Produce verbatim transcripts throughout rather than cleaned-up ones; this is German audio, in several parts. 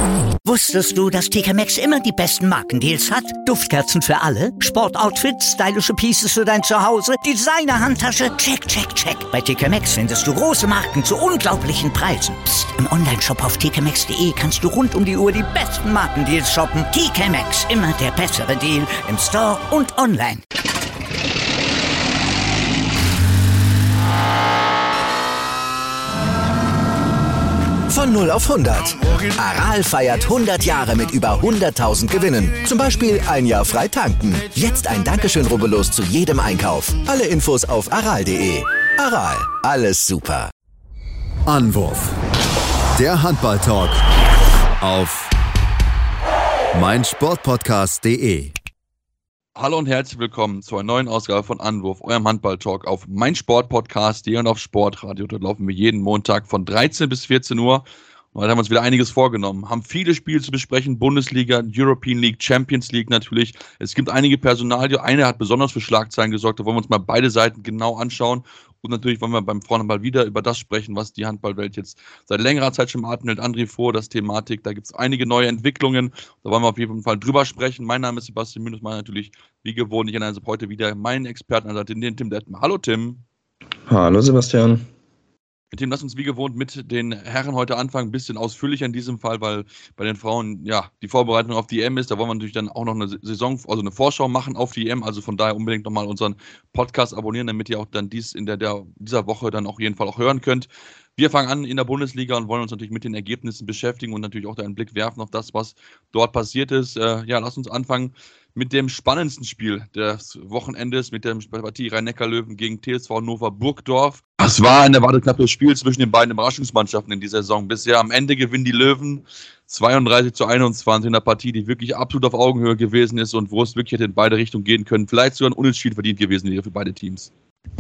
Wusstest du, dass T K Maxx immer die besten Markendeals hat? Duftkerzen für alle, Sportoutfits, stylische Pieces für dein Zuhause, Designer-Handtasche, check, check, check. Bei T K Maxx findest du große Marken zu unglaublichen Preisen. Psst. Im Onlineshop auf t k maxx punkt d e kannst du rund um die Uhr die besten Markendeals shoppen. T K Maxx, immer der bessere Deal im Store und online. Von null auf hundert. Aral feiert hundert Jahre mit über hunderttausend Gewinnen. Zum Beispiel ein Jahr frei tanken. Jetzt ein Dankeschön, rubbellos zu jedem Einkauf. Alle Infos auf aral punkt de. Aral, alles super. Anwurf. Der Handball-Talk auf meinsportpodcast punkt de. Hallo und herzlich willkommen zu einer neuen Ausgabe von Anwurf, eurem Handball-Talk auf meinsportpodcast punkt de und auf Sportradio. Dort laufen wir jeden Montag von dreizehn bis vierzehn Uhr. Und heute haben wir uns wieder einiges vorgenommen. Haben viele Spiele zu besprechen, Bundesliga, European League, Champions League natürlich. Es gibt einige Personalien, eine hat besonders für Schlagzeilen gesorgt, da wollen wir uns mal beide Seiten genau anschauen. Und natürlich wollen wir beim Frauenhandball wieder über das sprechen, was die Handballwelt jetzt seit längerer Zeit schon atmet. André vor, das Thematik, da gibt es einige neue Entwicklungen. Da wollen wir auf jeden Fall drüber sprechen. Mein Name ist Sebastian Minusmann, natürlich wie gewohnt. Ich erinnere heute wieder meinen Experten an den Tim Detmer. Hallo Tim. Hallo Sebastian. Tim, lass uns wie gewohnt mit den Herren heute anfangen, ein bisschen ausführlicher in diesem Fall, weil bei den Frauen ja die Vorbereitung auf die E M ist. Da wollen wir natürlich dann auch noch eine Saison, also eine Vorschau machen auf die E M. Also von daher unbedingt nochmal unseren Podcast abonnieren, damit ihr auch dann dies in der, der dieser Woche dann auf jeden Fall auch hören könnt. Wir fangen an in der Bundesliga und wollen uns natürlich mit den Ergebnissen beschäftigen und natürlich auch da einen Blick werfen auf das, was dort passiert ist. Äh, ja, lass uns anfangen mit dem spannendsten Spiel des Wochenendes, mit der Partie Rhein-Neckar-Löwen gegen T S V Hannover Burgdorf. Es war ein erwartet knappes Spiel zwischen den beiden Überraschungsmannschaften in dieser Saison. Bisher am Ende gewinnen die Löwen zweiunddreißig zu einundzwanzig in der Partie, die wirklich absolut auf Augenhöhe gewesen ist und wo es wirklich hätte in beide Richtungen gehen können. Vielleicht sogar ein Unentschieden verdient gewesen wäre für beide Teams.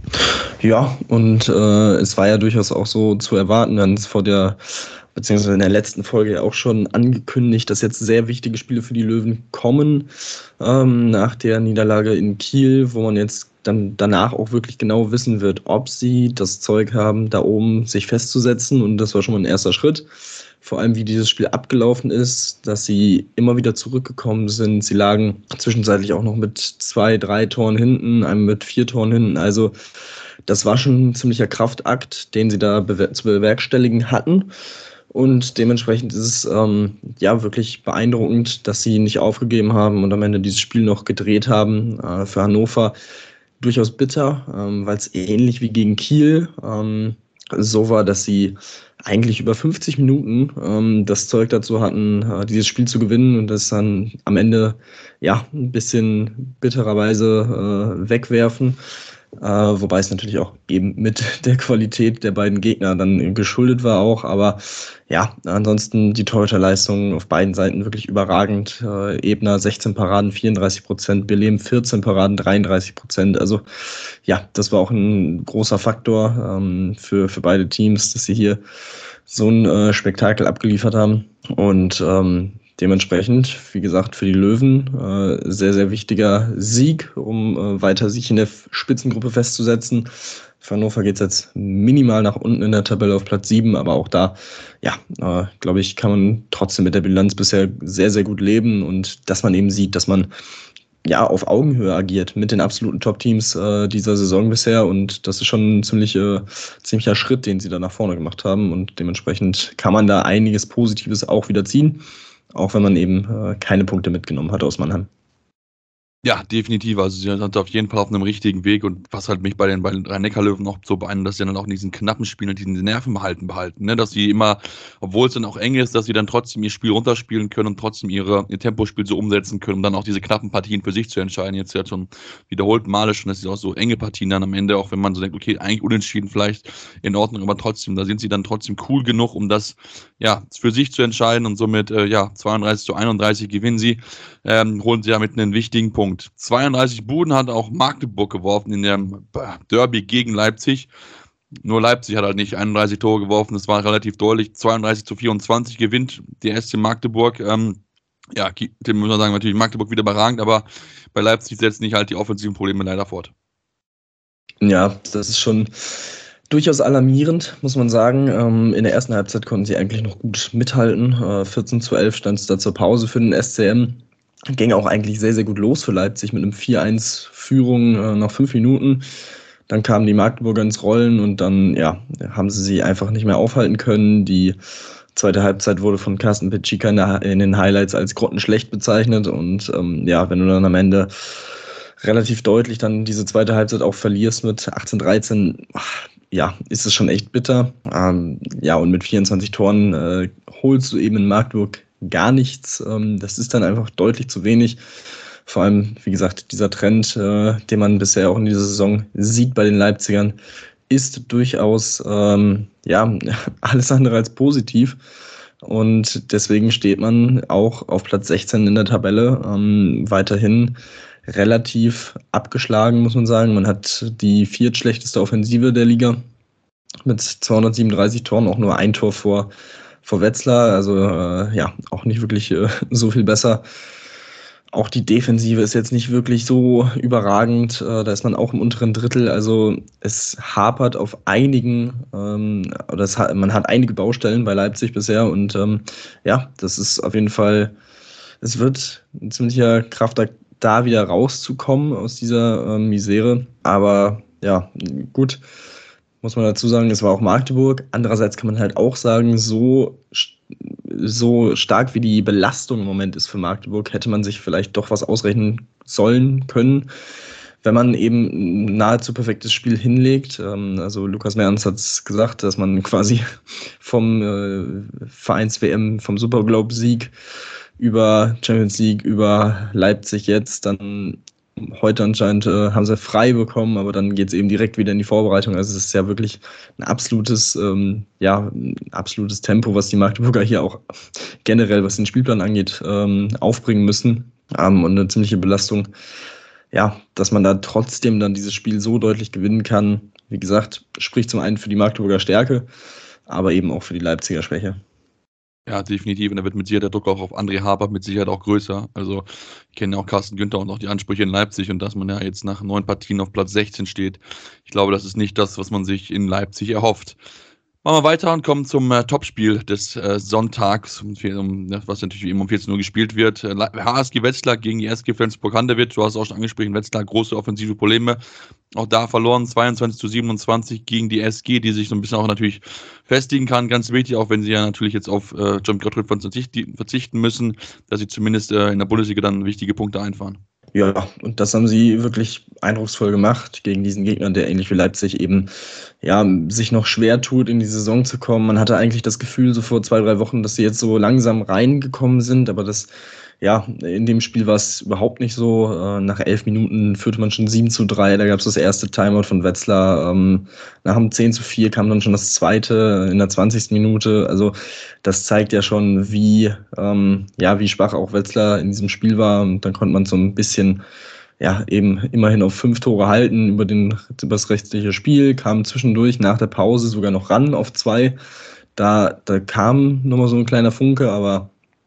Ja, und äh, es war ja durchaus auch so zu erwarten, dann vor der, beziehungsweise in der letzten Folge ja auch schon angekündigt, dass jetzt sehr wichtige Spiele für die Löwen kommen, ähm, nach der Niederlage in Kiel, wo man jetzt dann danach auch wirklich genau wissen wird, ob sie das Zeug haben, da oben sich festzusetzen, und das war schon mal ein erster Schritt. Vor allem, wie dieses Spiel abgelaufen ist, dass sie immer wieder zurückgekommen sind. Sie lagen zwischenzeitlich auch noch mit zwei, drei Toren hinten, einem mit vier Toren hinten. Also das war schon ein ziemlicher Kraftakt, den sie da bewer- zu bewerkstelligen hatten. Und dementsprechend ist es ähm, ja wirklich beeindruckend, dass sie nicht aufgegeben haben und am Ende dieses Spiel noch gedreht haben. Äh, für Hannover durchaus bitter, ähm, weil es ähnlich wie gegen Kiel ähm, so war, dass sie eigentlich über fünfzig Minuten ähm, das Zeug dazu hatten, äh, dieses Spiel zu gewinnen und das dann am Ende ja ein bisschen bittererweise äh, wegwerfen. Äh, wobei es natürlich auch eben mit der Qualität der beiden Gegner dann geschuldet war auch. Aber ja, ansonsten die Torhüterleistung auf beiden Seiten wirklich überragend. Äh, Ebner sechzehn Paraden, vierunddreißig Prozent, Belem vierzehn Paraden, dreiunddreißig Prozent. Also ja, das war auch ein großer Faktor ähm, für, für beide Teams, dass sie hier so ein äh, Spektakel abgeliefert haben. Und ähm, dementsprechend, wie gesagt, für die Löwen äh, sehr, sehr wichtiger Sieg, um äh, weiter sich in der Spitzengruppe festzusetzen. Für Hannover geht es jetzt minimal nach unten in der Tabelle auf Platz sieben, aber auch da, ja, äh, glaube ich, kann man trotzdem mit der Bilanz bisher sehr, sehr gut leben, und dass man eben sieht, dass man ja auf Augenhöhe agiert mit den absoluten Top-Teams äh, dieser Saison bisher, und das ist schon ein ziemlich, äh, ziemlicher Schritt, den sie da nach vorne gemacht haben, und dementsprechend kann man da einiges Positives auch wieder ziehen. Auch wenn man eben äh, keine Punkte mitgenommen hat aus Mannheim. Ja, definitiv. Also sie sind auf jeden Fall auf einem richtigen Weg, und was halt mich bei den, bei den Rhein-Neckar-Löwen noch so beeindruckt, dass sie dann auch in diesen knappen Spielen diesen Nerven behalten behalten, ne? Dass sie immer, obwohl es dann auch eng ist, dass sie dann trotzdem ihr Spiel runterspielen können und trotzdem ihre, ihr Tempospiel so umsetzen können, um dann auch diese knappen Partien für sich zu entscheiden. Jetzt ja schon wiederholt Male schon, dass sie auch so enge Partien dann am Ende, auch wenn man so denkt, okay, eigentlich unentschieden vielleicht in Ordnung, aber trotzdem, da sind sie dann trotzdem cool genug, um das ja für sich zu entscheiden, und somit äh, ja zweiunddreißig zu einunddreißig gewinnen sie, ähm, holen sie ja mit einem wichtigen Punkt. zweiunddreißig Buden hat auch Magdeburg geworfen in dem Derby gegen Leipzig. Nur Leipzig hat halt nicht einunddreißig Tore geworfen. Das war relativ deutlich. zweiunddreißig zu vierundzwanzig gewinnt die S C Magdeburg. Ähm, ja, dem muss man sagen, natürlich Magdeburg wieder überragend, aber bei Leipzig setzen nicht halt die offensiven Probleme leider fort. Ja, das ist schon durchaus alarmierend, muss man sagen. Ähm, in der ersten Halbzeit konnten sie eigentlich noch gut mithalten. Äh, vierzehn zu elf stand es da zur Pause für den S C M. Ging auch eigentlich sehr, sehr gut los für Leipzig mit einem vier eins Führung äh, nach fünf Minuten. Dann kamen die Magdeburger ins Rollen und dann ja, haben sie sie einfach nicht mehr aufhalten können. Die zweite Halbzeit wurde von Carsten Petschika in, in den Highlights als grottenschlecht bezeichnet. Und ähm, ja, wenn du dann am Ende relativ deutlich dann diese zweite Halbzeit auch verlierst mit achtzehn dreizehn, ja, ist es schon echt bitter. Ähm, ja, und mit vierundzwanzig Toren äh, holst du eben in Magdeburg gar nichts. Ähm, das ist dann einfach deutlich zu wenig. Vor allem, wie gesagt, dieser Trend, äh, den man bisher auch in dieser Saison sieht bei den Leipzigern, ist durchaus ähm, ja, alles andere als positiv. Und deswegen steht man auch auf Platz sechzehn in der Tabelle, ähm, weiterhin relativ abgeschlagen, muss man sagen. Man hat die viertschlechteste Offensive der Liga mit zweihundertsiebenunddreißig Toren, auch nur ein Tor vor, vor Wetzlar. Also äh, ja, auch nicht wirklich äh, so viel besser. Auch die Defensive ist jetzt nicht wirklich so überragend. Äh, da ist man auch im unteren Drittel. Also es hapert auf einigen, ähm, oder es hat, man hat einige Baustellen bei Leipzig bisher. Und ähm, ja, das ist auf jeden Fall, es wird ein ziemlicher Kraftakt, da wieder rauszukommen aus dieser ähm, Misere. Aber ja, gut, muss man dazu sagen, es war auch Magdeburg. Andererseits kann man halt auch sagen, so, so stark wie die Belastung im Moment ist für Magdeburg, hätte man sich vielleicht doch was ausrechnen sollen können, wenn man eben ein nahezu perfektes Spiel hinlegt. Ähm, also Lukas Mertens hat es gesagt, dass man quasi vom äh, Vereins-W M, vom Superglobe-Sieg über Champions League, über Leipzig jetzt, dann heute anscheinend äh, haben sie frei bekommen, aber dann geht es eben direkt wieder in die Vorbereitung. Also es ist ja wirklich ein absolutes, ähm, ja, ein absolutes Tempo, was die Magdeburger hier auch generell, was den Spielplan angeht, ähm, aufbringen müssen. Ähm, und eine ziemliche Belastung. Ja, dass man da trotzdem dann dieses Spiel so deutlich gewinnen kann, wie gesagt, spricht zum einen für die Magdeburger Stärke, aber eben auch für die Leipziger Schwäche. Ja, definitiv. Und da wird mit Sicherheit der Druck auch auf André Haber mit Sicherheit auch größer. Also ich kenne ja auch Carsten Günther und auch die Ansprüche in Leipzig und dass man ja jetzt nach neun Partien auf Platz sechzehn steht. Ich glaube, das ist nicht das, was man sich in Leipzig erhofft. Machen wir weiter und kommen zum äh, Topspiel des äh, Sonntags, um, um, was natürlich wie immer um vierzehn Uhr gespielt wird. Äh, H S G Wetzlar gegen die S G Flensburg-Handewitt. Du hast auch schon angesprochen, Wetzlar große offensive Probleme. Auch da verloren, zweiundzwanzig zu siebenundzwanzig gegen die S G, die sich so ein bisschen auch natürlich festigen kann. Ganz wichtig, auch wenn sie ja natürlich jetzt auf äh, John Gottfried verzichten müssen, dass sie zumindest äh, in der Bundesliga dann wichtige Punkte einfahren. Ja, und das haben sie wirklich eindrucksvoll gemacht gegen diesen Gegner, der ähnlich wie Leipzig eben ja sich noch schwer tut, in die Saison zu kommen. Man hatte eigentlich das Gefühl so vor zwei, drei Wochen, dass sie jetzt so langsam reingekommen sind, aber das ja, in dem Spiel war es überhaupt nicht so. Nach elf Minuten führte man schon sieben zu drei. Da gab es das erste Timeout von Wetzlar. Nach dem zehn zu vier kam dann schon das zweite in der zwanzigsten Minute. Also das zeigt ja schon, wie, ja, wie schwach auch Wetzlar in diesem Spiel war. Und dann konnte man so ein bisschen ja, eben immerhin auf fünf Tore halten über, den, über das restliche Spiel. Kam zwischendurch nach der Pause sogar noch ran auf zwei. Da, da kam nochmal so ein kleiner Funke, aber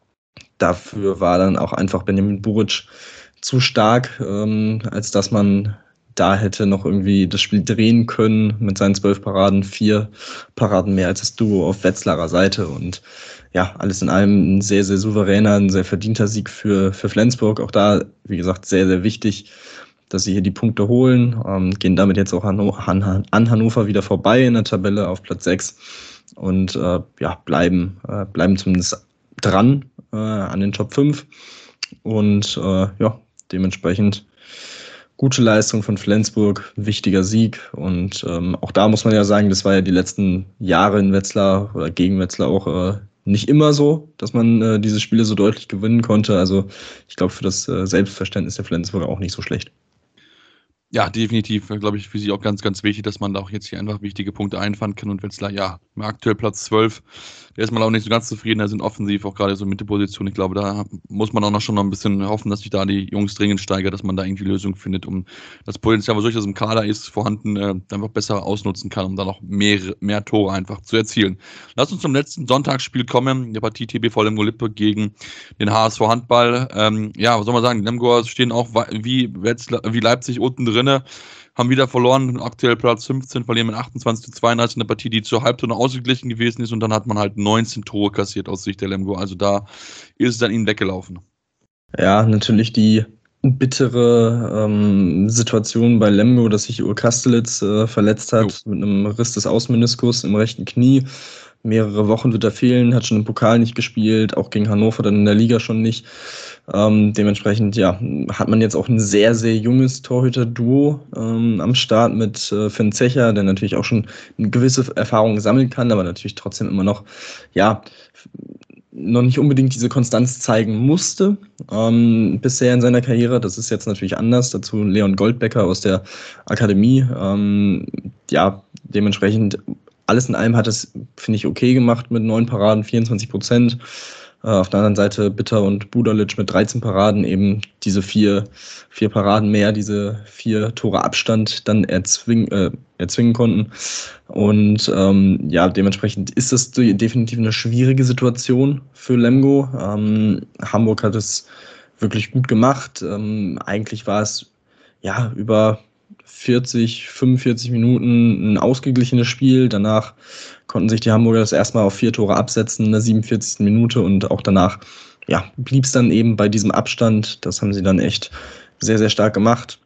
dafür war dann auch einfach Benjamin Buric zu stark, ähm, als dass man da hätte noch irgendwie das Spiel drehen können mit seinen zwölf Paraden, vier Paraden mehr als das Duo auf Wetzlarer Seite. Und ja, alles in allem ein sehr, sehr souveräner, ein sehr verdienter Sieg für, für Flensburg. Auch da, wie gesagt, sehr, sehr wichtig, dass sie hier die Punkte holen. Ähm, gehen damit jetzt auch an, an, an Hannover wieder vorbei in der Tabelle auf Platz sechs und äh, ja, bleiben, äh, bleiben zumindest dran äh, an den Top fünf. Und äh, ja, dementsprechend gute Leistung von Flensburg, wichtiger Sieg. Und ähm, auch da muss man ja sagen, das war ja die letzten Jahre in Wetzlar oder gegen Wetzlar auch äh, nicht immer so, dass man äh, diese Spiele so deutlich gewinnen konnte. Also ich glaube, für das äh, Selbstverständnis der Flensburger auch nicht so schlecht. Ja, definitiv, glaube ich, für sie auch ganz, ganz wichtig, dass man da auch jetzt hier einfach wichtige Punkte einfahren kann. Und Wetzlar, ja, aktuell Platz zwölf, der ist man auch nicht so ganz zufrieden, da sind offensiv auch gerade so Mittelposition. Ich glaube, da muss man auch noch schon noch ein bisschen hoffen, dass sich da die Jungs dringend steigern, dass man da irgendwie Lösungen findet, um das Potenzial, was durchaus im Kader ist, vorhanden, äh, einfach besser ausnutzen kann, um da noch mehr, mehr Tore einfach zu erzielen. Lass uns zum letzten Sonntagsspiel kommen, der Partie T B V Lemgo-Lippe gegen den H S V Handball. Ähm, ja, was soll man sagen, die Lemgoer stehen auch wie Wetzlar, wie Leipzig unten drin. drin, haben wieder verloren, aktuell Platz fünfzehn, verlieren mit achtundzwanzig zu zweiunddreißig, eine Partie, die zur Halbzeit noch ausgeglichen gewesen ist und dann hat man halt neunzehn Tore kassiert aus Sicht der Lemgo, also da ist es dann ihnen weggelaufen. Ja, natürlich die bittere ähm, Situation bei Lemgo, dass sich Uğur Kastelitz äh, verletzt hat jo. mit einem Riss des Außenmeniskus im rechten Knie. Mehrere Wochen wird er fehlen, hat schon im Pokal nicht gespielt, auch gegen Hannover dann in der Liga schon nicht. Ähm, dementsprechend ja, hat man jetzt auch ein sehr, sehr junges Torhüter-Duo ähm, am Start mit äh, Finn Zecher, der natürlich auch schon eine gewisse Erfahrung sammeln kann, aber natürlich trotzdem immer noch, ja, noch nicht unbedingt diese Konstanz zeigen musste ähm, bisher in seiner Karriere. Das ist jetzt natürlich anders. Dazu Leon Goldbecker aus der Akademie. Ähm, ja, dementsprechend alles in allem hat es, finde ich, okay gemacht mit neun Paraden, vierundzwanzig Prozent. Äh, auf der anderen Seite Bitter und Budalic mit dreizehn Paraden, eben diese vier, vier Paraden mehr, diese vier Tore Abstand dann erzwingen, äh, erzwingen konnten. Und ähm, ja, dementsprechend ist das definitiv eine schwierige Situation für Lemgo. Ähm, Hamburg hat es wirklich gut gemacht. Ähm, eigentlich war es ja über vierzig, fünfundvierzig Minuten ein ausgeglichenes Spiel. Danach konnten sich die Hamburger das erstmal auf vier Tore absetzen in der siebenundvierzigsten Minute und auch danach ja, blieb es dann eben bei diesem Abstand. Das haben sie dann echt sehr, sehr stark gemacht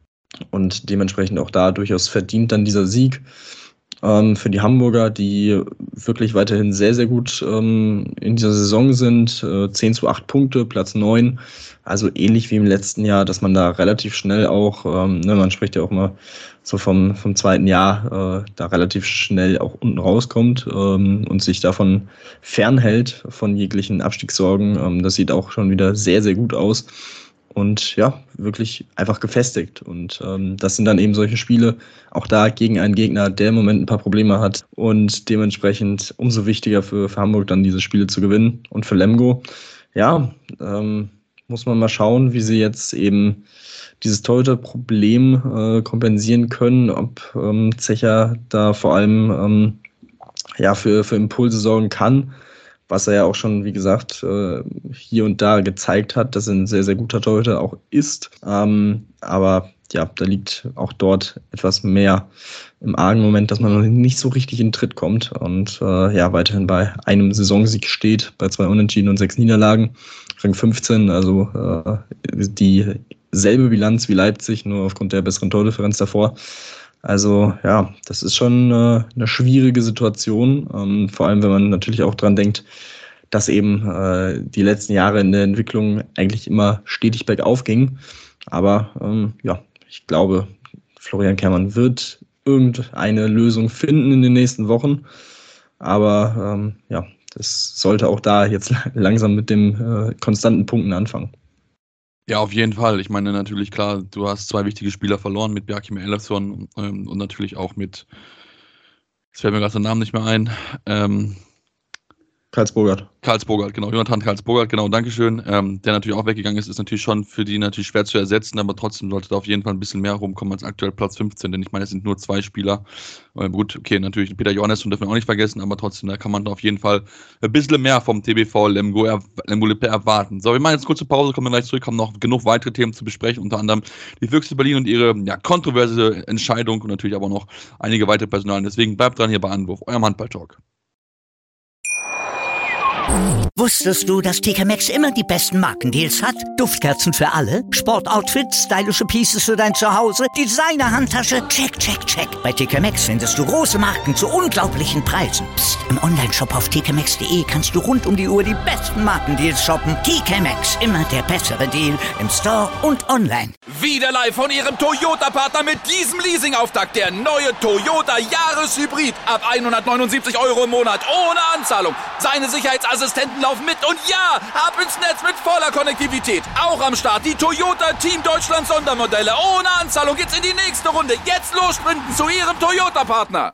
und dementsprechend auch da durchaus verdient dann dieser Sieg ähm, für die Hamburger, die wirklich weiterhin sehr, sehr gut ähm, in dieser Saison sind. Äh, zehn zu acht Punkte, Platz neun. Also ähnlich wie im letzten Jahr, dass man da relativ schnell auch, ähm, ne, man spricht ja auch immer so vom, vom zweiten Jahr, äh, da relativ schnell auch unten rauskommt ähm, und sich davon fernhält, von jeglichen Abstiegssorgen. Ähm, das sieht auch schon wieder sehr, sehr gut aus. Und ja, wirklich einfach gefestigt. Und ähm, das sind dann eben solche Spiele, auch da gegen einen Gegner, der im Moment ein paar Probleme hat. Und dementsprechend umso wichtiger für, für Hamburg dann diese Spiele zu gewinnen. Und für Lemgo, ja, ähm, muss man mal schauen, wie sie jetzt eben dieses Torhüter-Problem äh, kompensieren können, ob ähm, Zecher da vor allem ähm, ja, für, für Impulse sorgen kann, was er ja auch schon, wie gesagt, äh, hier und da gezeigt hat, dass er ein sehr, sehr guter Torhüter auch ist. Ähm, aber ja, da liegt auch dort etwas mehr im argen Moment, dass man noch nicht so richtig in den Tritt kommt und äh, ja, weiterhin bei einem Saisonsieg steht, bei zwei Unentschieden und sechs Niederlagen. Rang fünfzehn, also äh, dieselbe Bilanz wie Leipzig, nur aufgrund der besseren Tordifferenz davor. Also ja, das ist schon äh, eine schwierige Situation, ähm, vor allem wenn man natürlich auch dran denkt, dass eben äh, die letzten Jahre in der Entwicklung eigentlich immer stetig bergauf ging. Aber ähm, ja, ich glaube, Florian Kermann wird irgendeine Lösung finden in den nächsten Wochen. Aber ähm, ja, das sollte auch da jetzt langsam mit dem äh, konstanten Punkten anfangen. Ja, auf jeden Fall. Ich meine natürlich, klar, du hast zwei wichtige Spieler verloren mit Bjarki Elfsson ähm, und natürlich auch mit, jetzt fällt mir gerade der Name nicht mehr ein, ähm, Karlsburgert. Karlsburgert, genau, Jonathan Karlsburgert, genau, Dankeschön. Ähm, der natürlich auch weggegangen ist, ist natürlich schon für die natürlich schwer zu ersetzen, aber trotzdem sollte da auf jeden Fall ein bisschen mehr rumkommen als aktuell Platz fünfzehn, denn ich meine, es sind nur zwei Spieler. Äh, gut, okay, natürlich Peter Johannesson dürfen wir auch nicht vergessen, aber trotzdem, da kann man da auf jeden Fall ein bisschen mehr vom T B V Lemgo, er, Lemgo Lippe erwarten. So, wir machen jetzt kurze Pause, kommen wir gleich zurück, haben noch genug weitere Themen zu besprechen, unter anderem die Füchse Berlin und ihre ja, kontroverse Entscheidung und natürlich aber noch einige weitere Personalien. Deswegen bleibt dran hier bei Anwurf, eurem Handball-Talk. Wusstest du, dass T K Maxx immer die besten Markendeals hat? Duftkerzen für alle, Sportoutfits, stylische Pieces für dein Zuhause, Designer-Handtasche, check, check, check. Bei T K Maxx findest du große Marken zu unglaublichen Preisen. Psst. Im Onlineshop auf t k maxx punkt d e kannst du rund um die Uhr die besten Markendeals shoppen. T K Maxx, immer der bessere Deal im Store und online. Wieder live von ihrem Toyota-Partner mit diesem Leasing-Auftakt. Der neue Toyota Jahreshybrid. Ab hundertneunundsiebzig Euro im Monat ohne Anzahlung. Seine Sicherheitsassistenten laufen mit und ja, ab ins Netz mit voller Konnektivität. Auch am Start die Toyota Team Deutschland Sondermodelle. Ohne Anzahlung geht's in die nächste Runde. Jetzt los sprinten zu ihrem Toyota-Partner.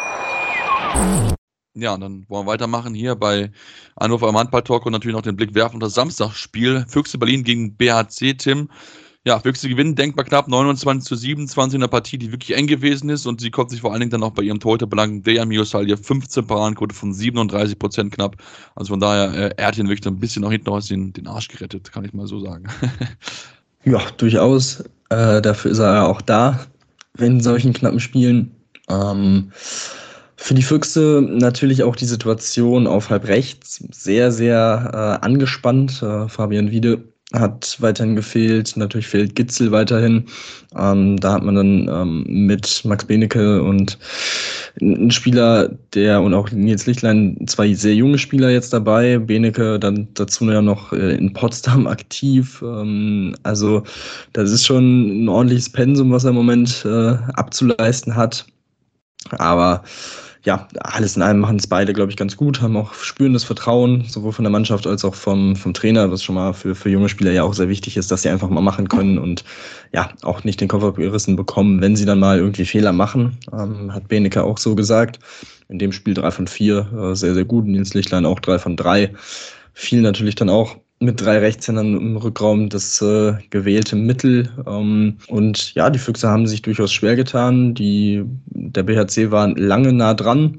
Ja, und dann wollen wir weitermachen hier bei Anruf am Handball-Talk und natürlich noch den Blick werfen auf das Samstagsspiel. Füchse Berlin gegen B H C, Tim. Ja, Füchse gewinnen denkbar knapp neunundzwanzig zu siebenundzwanzig in einer Partie, die wirklich eng gewesen ist und sie konnte sich vor allen Dingen dann auch bei ihrem Torhüter belangen. Dejan Mirosalje, fünfzehn Paradenquote von siebenunddreißig Prozent knapp. Also von daher, äh, er hat ihn wirklich ein bisschen noch hinten raus den, den Arsch gerettet, kann ich mal so sagen. Ja, durchaus. Äh, dafür ist er ja auch da, in solchen knappen Spielen. Ähm, für die Füchse natürlich auch die Situation auf halb rechts sehr, sehr äh, angespannt. Äh, Fabian Wiede hat weiterhin gefehlt, natürlich fehlt Gitzel weiterhin. Ähm, da hat man dann ähm, mit Max Benecke und ein Spieler, der und auch Nils Lichtlein, zwei sehr junge Spieler jetzt dabei. Benecke dann dazu ja noch äh, in Potsdam aktiv. Ähm, also das ist schon ein ordentliches Pensum, was er im Moment äh, abzuleisten hat. Aber ja, alles in allem machen es beide, glaube ich, ganz gut, haben auch spürendes Vertrauen, sowohl von der Mannschaft als auch vom, vom Trainer, was schon mal für, für junge Spieler ja auch sehr wichtig ist, dass sie einfach mal machen können und ja, auch nicht den Kopf abgerissen bekommen, wenn sie dann mal irgendwie Fehler machen. Ähm, hat Benecke auch so gesagt. In dem Spiel drei von vier, äh, sehr, sehr gut. Nils Lichtlein auch drei von drei. Viel natürlich dann auch mit drei Rechtshändern im Rückraum das äh, gewählte Mittel. Ähm, und ja, die Füchse haben sich durchaus schwer getan. Die, der B H C war lange nah dran.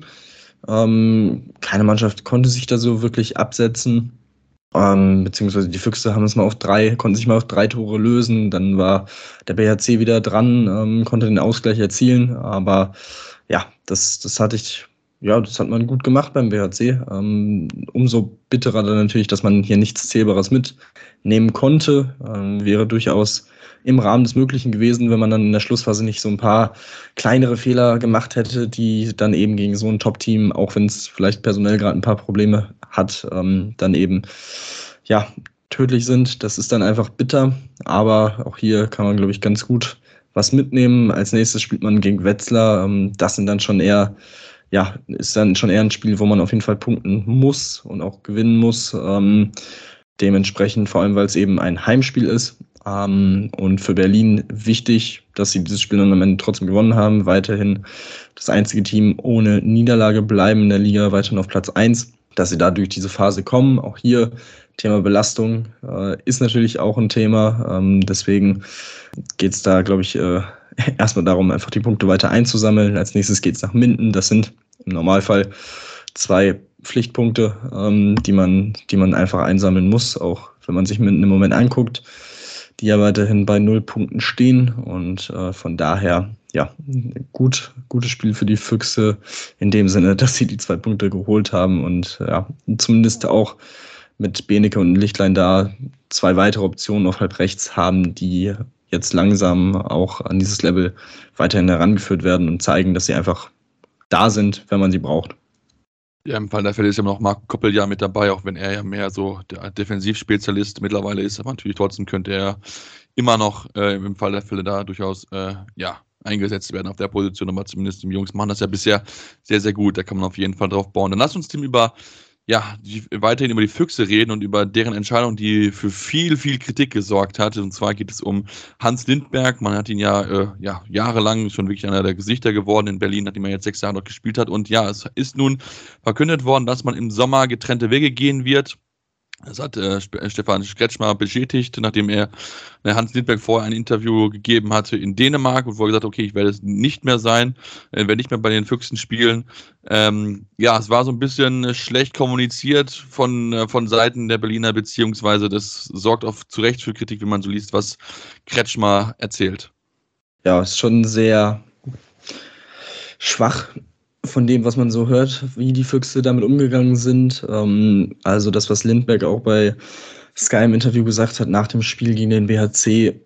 Ähm, keine Mannschaft konnte sich da so wirklich absetzen. Ähm, beziehungsweise die Füchse haben es mal auf drei, konnten sich mal auf drei Tore lösen. Dann war der B H C wieder dran, ähm, konnte den Ausgleich erzielen. Aber ja, das, das hatte ich. Ja, das hat man gut gemacht beim B H C. Ähm, umso bitterer dann natürlich, dass man hier nichts Zählbares mitnehmen konnte. Ähm, wäre durchaus im Rahmen des Möglichen gewesen, wenn man dann in der Schlussphase nicht so ein paar kleinere Fehler gemacht hätte, die dann eben gegen so ein Top-Team, auch wenn es vielleicht personell gerade ein paar Probleme hat, ähm, dann eben ja tödlich sind. Das ist dann einfach bitter. Aber auch hier kann man, glaube ich, ganz gut was mitnehmen. Als nächstes spielt man gegen Wetzlar. Ähm, das sind dann schon eher Ja, ist dann schon eher ein Spiel, wo man auf jeden Fall punkten muss und auch gewinnen muss. Ähm, dementsprechend, vor allem, weil es eben ein Heimspiel ist. Ähm, und für Berlin wichtig, dass sie dieses Spiel dann am Ende trotzdem gewonnen haben. Weiterhin das einzige Team ohne Niederlage bleiben in der Liga, weiterhin auf Platz eins. Dass sie da durch diese Phase kommen. Auch hier Thema Belastung äh, ist natürlich auch ein Thema. Ähm, deswegen geht es da, glaube ich, äh, erstmal darum, einfach die Punkte weiter einzusammeln. Als nächstes geht es nach Minden. Das sind im Normalfall zwei Pflichtpunkte, ähm, die man, die man einfach einsammeln muss, auch wenn man sich Minden im Moment anguckt, die ja weiterhin bei null Punkten stehen. Und äh, von daher, ja, gut, gutes Spiel für die Füchse in dem Sinne, dass sie die zwei Punkte geholt haben und ja, zumindest auch mit Benecke und Lichtlein da zwei weitere Optionen auf halb rechts haben, die jetzt langsam auch an dieses Level weiterhin herangeführt werden und zeigen, dass sie einfach da sind, wenn man sie braucht. Ja, im Fall der Fälle ist ja noch Marco Koppel ja mit dabei, auch wenn er ja mehr so der Defensivspezialist mittlerweile ist, aber natürlich trotzdem könnte er immer noch äh, im Fall der Fälle da durchaus äh, ja, eingesetzt werden auf der Position, aber zumindest die Jungs machen das ja bisher sehr, sehr gut, da kann man auf jeden Fall drauf bauen. Dann lass uns Tim über ja, die, weiterhin über die Füchse reden und über deren Entscheidung, die für viel, viel Kritik gesorgt hat. Und zwar geht es um Hans Lindberg. Man hat ihn ja, äh, ja jahrelang schon wirklich einer der Gesichter geworden in Berlin, nachdem er jetzt sechs Jahre dort gespielt hat. Und ja, es ist nun verkündet worden, dass man im Sommer getrennte Wege gehen wird. Das hat äh, Stefan Kretschmer bestätigt, nachdem er äh, Hans Lindberg vorher ein Interview gegeben hatte in Dänemark, wo er gesagt hat, okay, ich werde es nicht mehr sein, äh, werde nicht mehr bei den Füchsen spielen. Ähm, ja, es war so ein bisschen schlecht kommuniziert von, äh, von Seiten der Berliner, beziehungsweise das sorgt auch zu Recht für Kritik, wenn man so liest, was Kretschmer erzählt. Ja, ist schon sehr schwach von dem, was man so hört, wie die Füchse damit umgegangen sind. Ähm, also das, was Lindberg auch bei Sky im Interview gesagt hat nach dem Spiel gegen den B H C,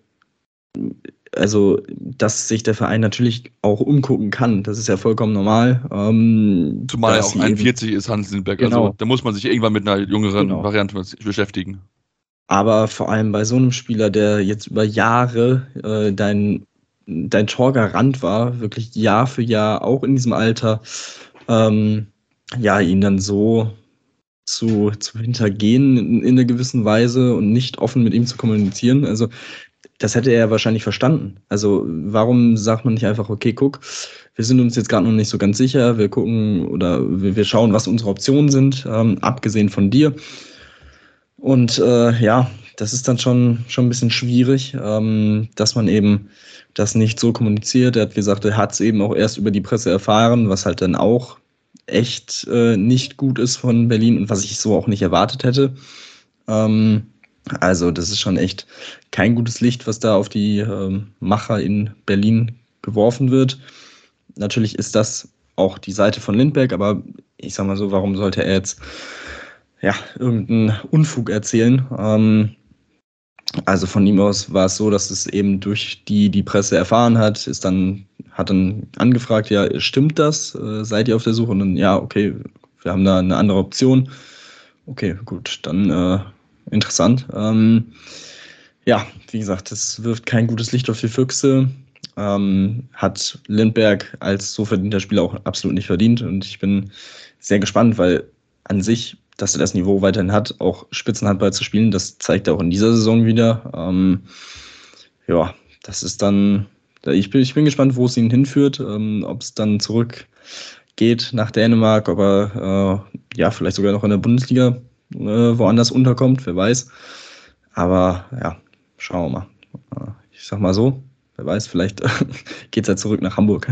also dass sich der Verein natürlich auch umgucken kann, das ist ja vollkommen normal. Ähm, Zumal er auch einundvierzig ist, Hans Lindberg, genau. Also da muss man sich irgendwann mit einer jüngeren genau. Variante beschäftigen. Aber vor allem bei so einem Spieler, der jetzt über Jahre äh, dein dein Torgarant war, wirklich Jahr für Jahr, auch in diesem Alter, ähm, ja, ihn dann so zu, zu hintergehen in, in einer gewissen Weise und nicht offen mit ihm zu kommunizieren. Also das hätte er wahrscheinlich verstanden. Also warum sagt man nicht einfach, okay, guck, wir sind uns jetzt gerade noch nicht so ganz sicher, wir gucken oder wir, wir schauen, was unsere Optionen sind, ähm, abgesehen von dir. Und äh, ja, das ist dann schon, schon ein bisschen schwierig, ähm, dass man eben das nicht so kommuniziert. Er hat gesagt, er hat es eben auch erst über die Presse erfahren, was halt dann auch echt äh, nicht gut ist von Berlin und was ich so auch nicht erwartet hätte. Ähm, Also das ist schon echt kein gutes Licht, was da auf die ähm, Macher in Berlin geworfen wird. Natürlich ist das auch die Seite von Lindbergh, aber ich sag mal so, warum sollte er jetzt ja, irgendeinen Unfug erzählen? Ähm, also von ihm aus war es so, dass es eben durch die die Presse erfahren hat, ist dann, hat dann angefragt, ja, stimmt das? Äh, seid ihr auf der Suche? Und dann, ja, okay, wir haben da eine andere Option. Okay, gut, dann äh, interessant. Ähm, ja, wie gesagt, das wirft kein gutes Licht auf die Füchse. Ähm, hat Lindbergh als so verdienter Spieler auch absolut nicht verdient. Und ich bin sehr gespannt, weil an sich, dass er das Niveau weiterhin hat, auch Spitzenhandball zu spielen, das zeigt er auch in dieser Saison wieder. Ähm, ja, das ist dann, ich bin, ich bin gespannt, wo es ihn hinführt, ähm, ob es dann zurückgeht nach Dänemark, ob er äh, ja, vielleicht sogar noch in der Bundesliga äh, woanders unterkommt, wer weiß. Aber ja, schauen wir mal. Ich sag mal so, wer weiß, vielleicht geht es ja zurück nach Hamburg.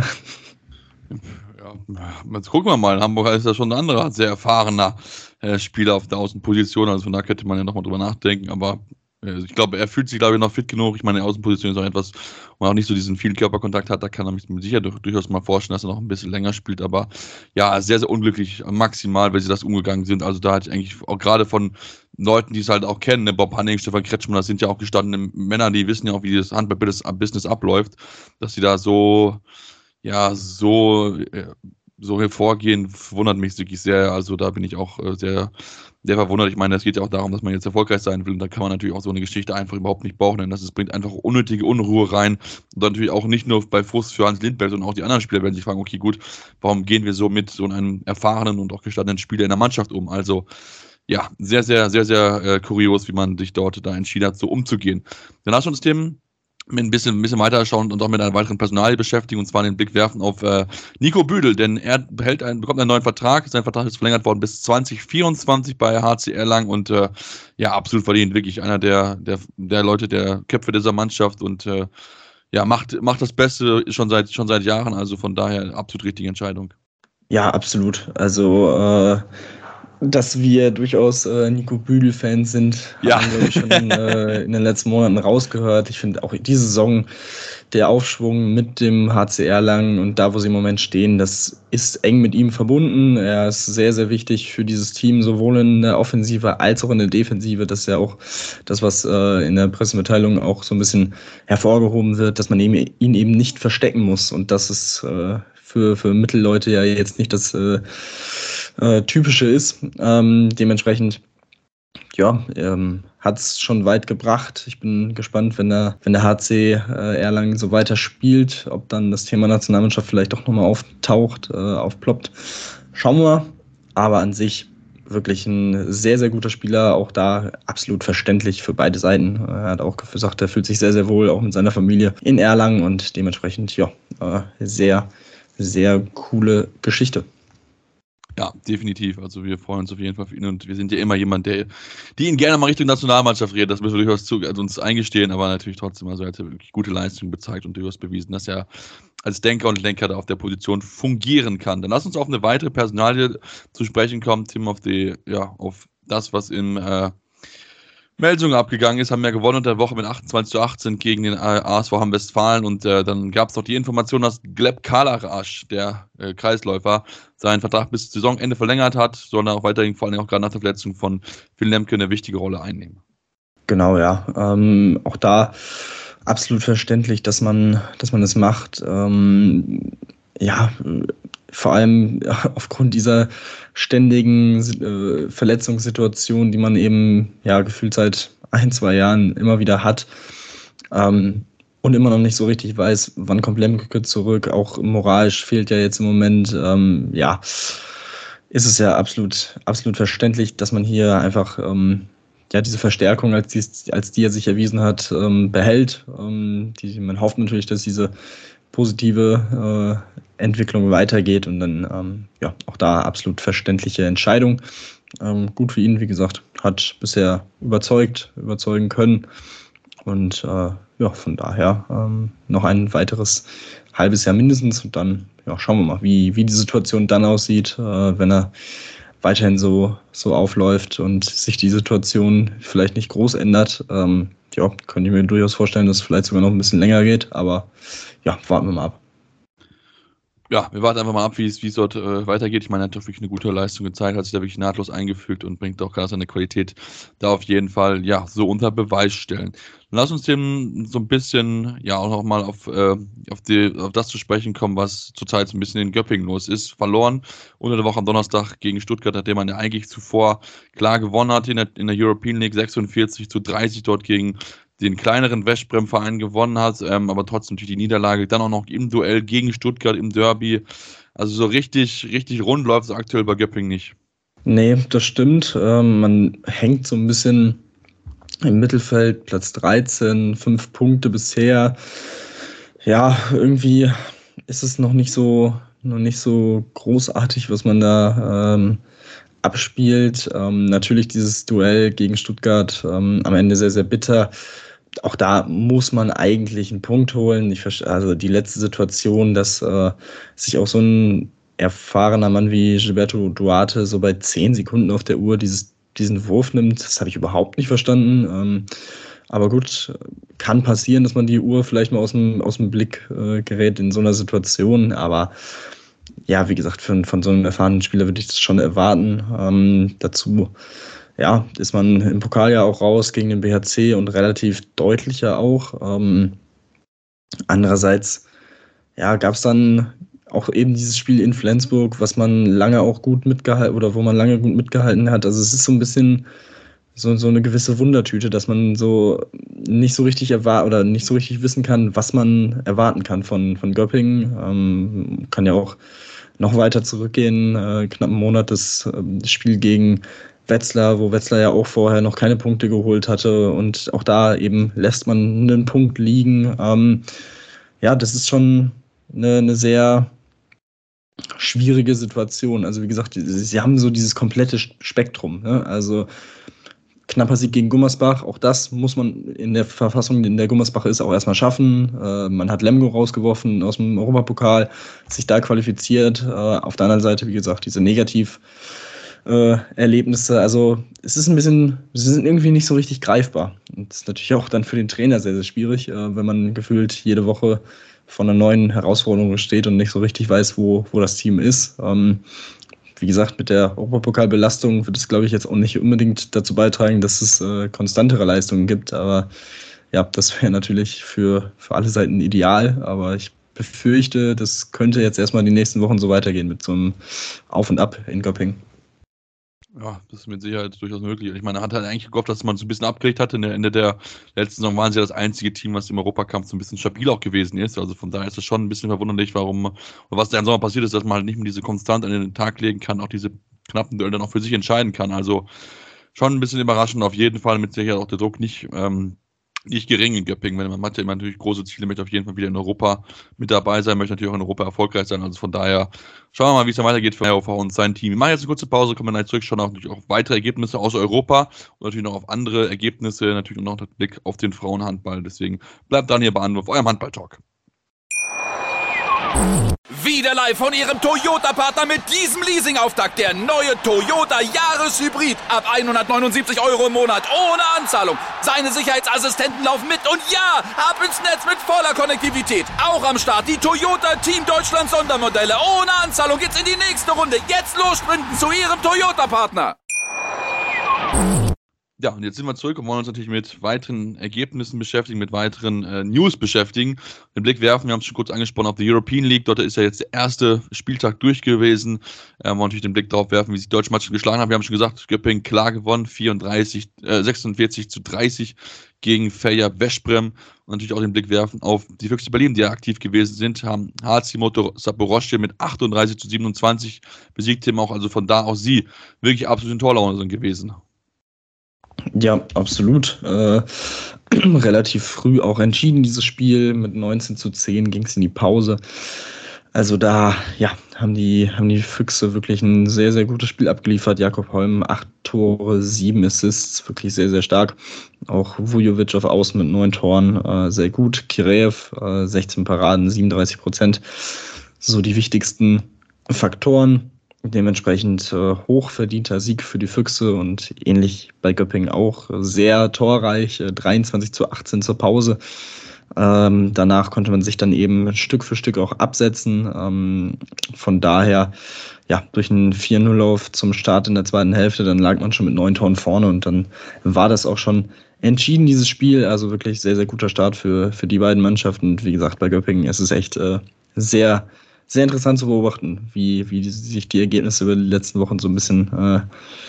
Ja, jetzt gucken wir mal. In Hamburg ist ja schon ein anderer, sehr erfahrener äh, Spieler auf der Außenposition. Also von da könnte man ja nochmal drüber nachdenken. Aber äh, ich glaube, er fühlt sich, glaube ich, noch fit genug. Ich meine, die Außenposition ist auch etwas, wo man auch nicht so diesen vielen Körperkontakt hat. Da kann er mich sicher durch, durchaus mal vorstellen, dass er noch ein bisschen länger spielt. Aber ja, sehr, sehr unglücklich, maximal, weil sie das umgegangen sind. Also da hatte ich eigentlich auch gerade von Leuten, die es halt auch kennen, ne, Bob Hanning, Stefan Kretschmann, das sind ja auch gestandene Männer, die wissen ja auch, wie das Handball-Business abläuft, dass sie da so, ja, so, so hervorgehen, wundert mich wirklich sehr. Also da bin ich auch sehr, sehr verwundert. Ich meine, es geht ja auch darum, dass man jetzt erfolgreich sein will und da kann man natürlich auch so eine Geschichte einfach überhaupt nicht brauchen, denn das ist, bringt einfach unnötige Unruhe rein und dann natürlich auch nicht nur bei Frust für Hans Lindbergh, sondern auch die anderen Spieler werden sich fragen, okay, gut, warum gehen wir so mit so einem erfahrenen und auch gestandenen Spieler in der Mannschaft um? Also ja, sehr, sehr, sehr, sehr äh, kurios, wie man sich dort da entschieden hat, so umzugehen. Dann hast du uns Themen mit ein bisschen, ein bisschen weiter schauen und auch mit einer weiteren Personalie beschäftigen und zwar den Blick werfen auf äh, Nico Büdel, denn er behält einen, bekommt einen neuen Vertrag. Sein Vertrag ist verlängert worden bis zwanzig vierundzwanzig bei H C Erlangen und äh, ja, absolut verdient, wirklich einer der, der, der Leute, der Köpfe dieser Mannschaft und äh, ja, macht, macht das Beste schon seit, schon seit Jahren, also von daher absolut richtige Entscheidung. Ja, absolut. Also äh dass wir durchaus äh, Nico Büdel-Fans sind, ja. haben wir schon äh, in den letzten Monaten rausgehört. Ich finde auch diese Saison der Aufschwung mit dem H C Erlangen und da, wo sie im Moment stehen, das ist eng mit ihm verbunden. Er ist sehr, sehr wichtig für dieses Team, sowohl in der Offensive als auch in der Defensive. Das ist ja auch das, was äh, in der Pressemitteilung auch so ein bisschen hervorgehoben wird, dass man ihn, ihn eben nicht verstecken muss. Und das ist äh, für, für Mittelleute ja jetzt nicht das äh, äh, Typische ist. Ähm, dementsprechend, ja, ähm, hat es schon weit gebracht. Ich bin gespannt, wenn der, wenn der H C äh, Erlangen so weiter spielt, ob dann das Thema Nationalmannschaft vielleicht doch nochmal auftaucht, äh, aufploppt. Schauen wir mal. Aber an sich wirklich ein sehr, sehr guter Spieler. Auch da absolut verständlich für beide Seiten. Er hat auch gesagt, er fühlt sich sehr, sehr wohl, auch mit seiner Familie in Erlangen und dementsprechend, ja, äh, sehr, sehr coole Geschichte. Ja, definitiv. Also wir freuen uns auf jeden Fall für ihn und wir sind ja immer jemand, der die ihn gerne mal Richtung Nationalmannschaft redet. Das müssen wir durchaus zu, also uns eingestehen, aber natürlich trotzdem, also er hat ja wirklich gute Leistungen gezeigt und durchaus bewiesen, dass er als Denker und Lenker da auf der Position fungieren kann. Dann lass uns auf eine weitere Personalie zu sprechen kommen, Tim, auf die, ja, auf das, was in äh, Melsungen abgegangen ist, haben wir gewonnen unter der Woche mit achtundzwanzig zu achtzehn gegen den A S V Hamm-Westfalen und äh, dann gab es noch die Information, dass Gleb Kalarasch, der äh, Kreisläufer, seinen Vertrag bis Saisonende verlängert hat, soll er auch weiterhin, vor allem auch gerade nach der Verletzung von Phil Lemke, eine wichtige Rolle einnehmen. Genau, ja. Ähm, auch da absolut verständlich, dass man, dass man das macht. Ähm, ja, vor allem aufgrund dieser ständigen äh, Verletzungssituation, die man eben ja gefühlt seit ein, zwei Jahren immer wieder hat ähm, und immer noch nicht so richtig weiß, wann kommt Lemke zurück. Auch moralisch fehlt ja jetzt im Moment. Ähm, ja, ist es ja absolut, absolut verständlich, dass man hier einfach ähm, ja diese Verstärkung, als die, als die er sich erwiesen hat, ähm, behält. Ähm, die, man hofft natürlich, dass diese positive äh, Entwicklung weitergeht und dann ähm, ja auch da absolut verständliche Entscheidung. Ähm, gut für ihn, wie gesagt, hat bisher überzeugt, überzeugen können und äh, ja, von daher ähm, noch ein weiteres halbes Jahr mindestens und dann ja, schauen wir mal, wie, wie die Situation dann aussieht, äh, wenn er weiterhin so, so aufläuft und sich die Situation vielleicht nicht groß ändert. Ähm, ja, könnte ich mir durchaus vorstellen, dass es vielleicht sogar noch ein bisschen länger geht, aber ja, warten wir mal ab. Ja, wir warten einfach mal ab, wie es, wie es dort äh, weitergeht. Ich meine, er hat doch wirklich eine gute Leistung gezeigt, hat sich da wirklich nahtlos eingefügt und bringt auch gerade seine Qualität da auf jeden Fall, ja, so unter Beweis stellen. Lass uns dem so ein bisschen, ja, auch nochmal auf, äh, auf, die, auf das zu sprechen kommen, was zurzeit so ein bisschen in Göppingen los ist. Verloren unter der Woche am Donnerstag gegen Stuttgart, nachdem man ja eigentlich zuvor klar gewonnen hat in der, in der European League, sechsundvierzig zu dreißig dort gegen den kleineren Veszprem-Verein gewonnen hat, ähm, aber trotzdem natürlich die Niederlage, dann auch noch im Duell gegen Stuttgart im Derby. Also so richtig, richtig rund läuft es aktuell bei Göppingen nicht. Nee, das stimmt. Ähm, man hängt so ein bisschen im Mittelfeld, Platz dreizehn, fünf Punkte bisher. Ja, irgendwie ist es noch nicht so, noch nicht so großartig, was man da ähm, abspielt. Ähm, natürlich dieses Duell gegen Stuttgart ähm, am Ende sehr, sehr bitter. Auch da muss man eigentlich einen Punkt holen. Ich verstehe, also die letzte Situation, dass äh, sich auch so ein erfahrener Mann wie Gilberto Duarte so bei zehn Sekunden auf der Uhr dieses, diesen Wurf nimmt, das habe ich überhaupt nicht verstanden. Ähm, aber gut, kann passieren, dass man die Uhr vielleicht mal aus dem, aus dem Blick äh, gerät in so einer Situation. Aber ja, wie gesagt, von, von so einem erfahrenen Spieler würde ich das schon erwarten. Ähm, dazu ja, ist man im Pokal ja auch raus gegen den B H C und relativ deutlicher auch. Ähm, andererseits ja, gab es dann auch eben dieses Spiel in Flensburg, was man lange auch gut mitgehalten oder wo man lange gut mitgehalten hat. Also es ist so ein bisschen so, so eine gewisse Wundertüte, dass man so nicht so richtig erwarten oder nicht so richtig wissen kann, was man erwarten kann von, von Göppingen. Ähm, kann ja auch noch weiter zurückgehen, äh, knapp einen Monat das äh, Spiel gegen Wetzlar, wo Wetzlar ja auch vorher noch keine Punkte geholt hatte und auch da eben lässt man einen Punkt liegen. Ähm, ja, das ist schon eine, eine sehr schwierige Situation. Also wie gesagt, sie haben so dieses komplette Spektrum. Ne? Also knapper Sieg gegen Gummersbach, auch das muss man in der Verfassung, in der Gummersbach ist, auch erstmal schaffen. Äh, man hat Lemgo rausgeworfen aus dem Europapokal, sich da qualifiziert. Äh, auf der anderen Seite, wie gesagt, diese Negativ- Äh, Erlebnisse, also es ist ein bisschen, sie sind irgendwie nicht so richtig greifbar. Und das ist natürlich auch dann für den Trainer sehr, sehr schwierig, äh, wenn man gefühlt jede Woche vor einer neuen Herausforderung steht und nicht so richtig weiß, wo, wo das Team ist. Ähm, wie gesagt, mit der Europapokalbelastung wird es, glaube ich, jetzt auch nicht unbedingt dazu beitragen, dass es äh, konstantere Leistungen gibt, aber ja, das wäre natürlich für, für alle Seiten ideal, aber ich befürchte, das könnte jetzt erstmal die nächsten Wochen so weitergehen mit so einem Auf und Ab in Göppingen. Ja, das ist mit Sicherheit durchaus möglich. Ich meine, er hat halt eigentlich gehofft, dass man es ein bisschen abgelegt hatte. In der Ende der letzten Saison waren sie ja das einzige Team, was im Europakampf so ein bisschen stabil auch gewesen ist. Also von daher ist es schon ein bisschen verwunderlich, warum, oder was da im Sommer passiert ist, dass man halt nicht mehr diese Konstanz an den Tag legen kann, auch diese knappen Duelle dann auch für sich entscheiden kann. Also schon ein bisschen überraschend, auf jeden Fall mit Sicherheit auch der Druck nicht, ähm, nicht gering in Göppingen, wenn man hat ja immer natürlich große Ziele, möchte auf jeden Fall wieder in Europa mit dabei sein, möchte natürlich auch in Europa erfolgreich sein, also von daher schauen wir mal, wie es dann weitergeht für Herr und sein Team. Wir machen jetzt eine kurze Pause, kommen dann zurück, schauen auch natürlich auf weitere Ergebnisse aus Europa und natürlich noch auf andere Ergebnisse, natürlich noch einen Blick auf den Frauenhandball, deswegen bleibt dann hier bei Anwurf, eurem Handball-Talk. Wieder live von Ihrem Toyota-Partner mit diesem Leasing-Auftakt. Der neue Toyota Jahreshybrid. Ab hundertneunundsiebzig Euro im Monat. Ohne Anzahlung. Seine Sicherheitsassistenten laufen mit. Und ja, ab ins Netz mit voller Konnektivität. Auch am Start die Toyota Team Deutschland Sondermodelle. Ohne Anzahlung geht's in die nächste Runde. Jetzt los sprinten zu Ihrem Toyota-Partner. Ja, und jetzt sind wir zurück und wollen uns natürlich mit weiteren Ergebnissen beschäftigen, mit weiteren äh, News beschäftigen. Den Blick werfen, wir haben es schon kurz angesprochen, auf die European League. Dort ist ja jetzt der erste Spieltag durch gewesen. Äh, wollen natürlich den Blick darauf werfen, wie sich die deutschen Mannschaften geschlagen haben. Wir haben schon gesagt, Göppingen klar gewonnen, vierunddreißig, äh, sechsundvierzig zu dreißig gegen Feja Veszprem. Und natürlich auch den Blick werfen auf die Füchse Berlin, die ja aktiv gewesen sind, haben H C Motor Saporoschje mit achtunddreißig zu siebenundzwanzig besiegt, haben auch also von da aus sie wirklich absolut in Torlaune gewesen. Ja, absolut. Äh, relativ früh auch entschieden, dieses Spiel. Mit neunzehn zu zehn ging es in die Pause. Also da ja, haben die, haben die Füchse wirklich ein sehr, sehr gutes Spiel abgeliefert. Jakob Holm, acht Tore, sieben Assists, wirklich sehr, sehr stark. Auch Vujovic auf Außen mit neun Toren, äh, sehr gut. Kireev, äh, sechzehn Paraden, siebenunddreißig Prozent. So die wichtigsten Faktoren. Dementsprechend äh, hochverdienter Sieg für die Füchse und ähnlich bei Göppingen auch. Sehr torreich, äh, dreiundzwanzig zu achtzehn zur Pause. Ähm, danach konnte man sich dann eben Stück für Stück auch absetzen. Ähm, von daher, ja, durch einen vier null Lauf zum Start in der zweiten Hälfte, dann lag man schon mit neun Toren vorne und dann war das auch schon entschieden, dieses Spiel. Also wirklich sehr, sehr guter Start für, für die beiden Mannschaften. Und wie gesagt, bei Göppingen ist es echt äh, sehr, sehr interessant zu beobachten, wie, wie die, sich die Ergebnisse über die letzten Wochen so ein bisschen, äh,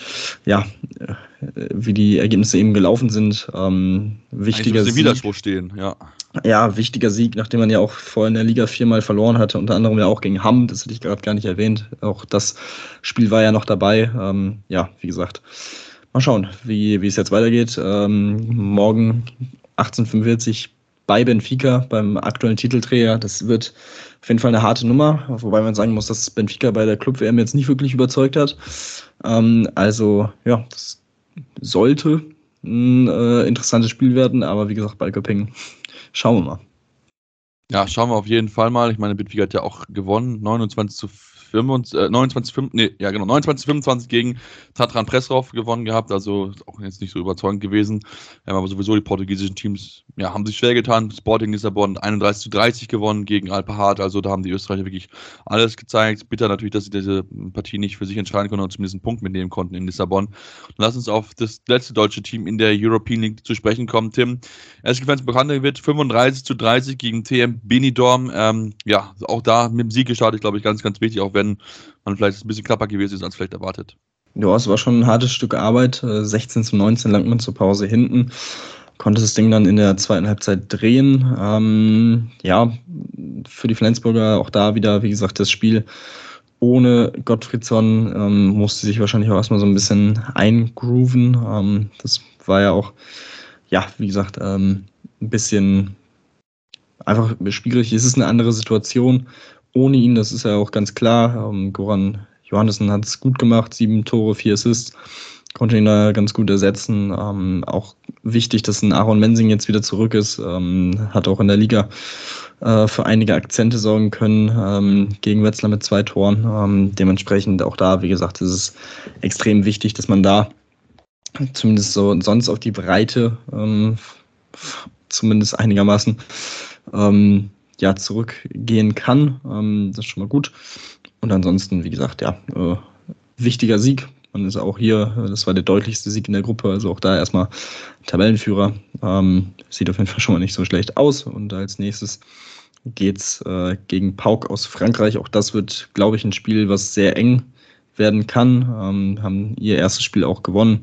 ja, äh, wie die Ergebnisse eben gelaufen sind. Ähm, wichtiger Sieg. Widerspruch stehen, ja. Ja, wichtiger Sieg, nachdem man ja auch vorher in der Liga viermal verloren hatte, unter anderem ja auch gegen Hamm, das hatte ich gerade gar nicht erwähnt. Auch das Spiel war ja noch dabei. Ähm, ja, wie gesagt, mal schauen, wie, wie es jetzt weitergeht. Ähm, morgen achtzehn Uhr fünfundvierzig bei Benfica, beim aktuellen Titelträger. Das wird auf jeden Fall eine harte Nummer, wobei man sagen muss, dass Benfica bei der Club-W M jetzt nicht wirklich überzeugt hat. Ähm, also, ja, das sollte ein äh, interessantes Spiel werden, aber wie gesagt, bei Göppingen schauen wir mal. Ja, schauen wir auf jeden Fall mal. Ich meine, Benfica hat ja auch gewonnen, neunundzwanzig zu fünfundzwanzig, äh, neunundzwanzig, fünf, nee, ja genau, neunundzwanzig zu fünfundzwanzig gegen Tatran Prešov gewonnen gehabt, also auch jetzt nicht so überzeugend gewesen. Ja, aber sowieso die portugiesischen Teams, ja, haben sich schwer getan. Sporting Lissabon einunddreißig zu dreißig gewonnen gegen Alpahart, also da haben die Österreicher wirklich alles gezeigt. Bitter natürlich, dass sie diese Partie nicht für sich entscheiden konnten und zumindest einen Punkt mitnehmen konnten in Lissabon. Und lass uns auf das letzte deutsche Team in der European League zu sprechen kommen, Tim. Es gibt, wenn es bekannter wird, fünfunddreißig zu dreißig gegen T M Benidorm. Ähm, ja, auch da mit dem Sieg gestartet, glaube ich, ganz, ganz wichtig, auch wenn man vielleicht ein bisschen knapper gewesen ist, als vielleicht erwartet. Ja, es war schon ein hartes Stück Arbeit. sechzehn zu neunzehn lag man zur Pause hinten. Konnte das Ding dann in der zweiten Halbzeit drehen. Ähm, ja, für die Flensburger auch da wieder, wie gesagt, das Spiel ohne Gottfriedson ähm, musste sich wahrscheinlich auch erstmal so ein bisschen eingrooven. Ähm, das war ja auch, ja, wie gesagt, ähm, ein bisschen einfach schwierig. Es ist eine andere Situation ohne ihn, das ist ja auch ganz klar. Ähm, Goran Johannessen hat es gut gemacht, sieben Tore, vier Assists, konnte ihn da ganz gut ersetzen. Ähm, auch wichtig, dass ein Aaron Mensing jetzt wieder zurück ist, ähm, hat auch in der Liga äh, für einige Akzente sorgen können, ähm, gegen Wetzlar mit zwei Toren. Ähm, dementsprechend auch da, wie gesagt, ist es extrem wichtig, dass man da zumindest so sonst auf die Breite ähm, zumindest einigermaßen ähm, ja, zurückgehen kann. Ähm, das ist schon mal gut. Und ansonsten, wie gesagt, ja, äh, wichtiger Sieg. Man ist auch hier, das war der deutlichste Sieg in der Gruppe, also auch da erstmal Tabellenführer. Ähm, sieht auf jeden Fall schon mal nicht so schlecht aus. Und als nächstes geht's äh, gegen Pauk aus Frankreich. Auch das wird, glaube ich, ein Spiel, was sehr eng werden kann. Ähm, haben ihr erstes Spiel auch gewonnen.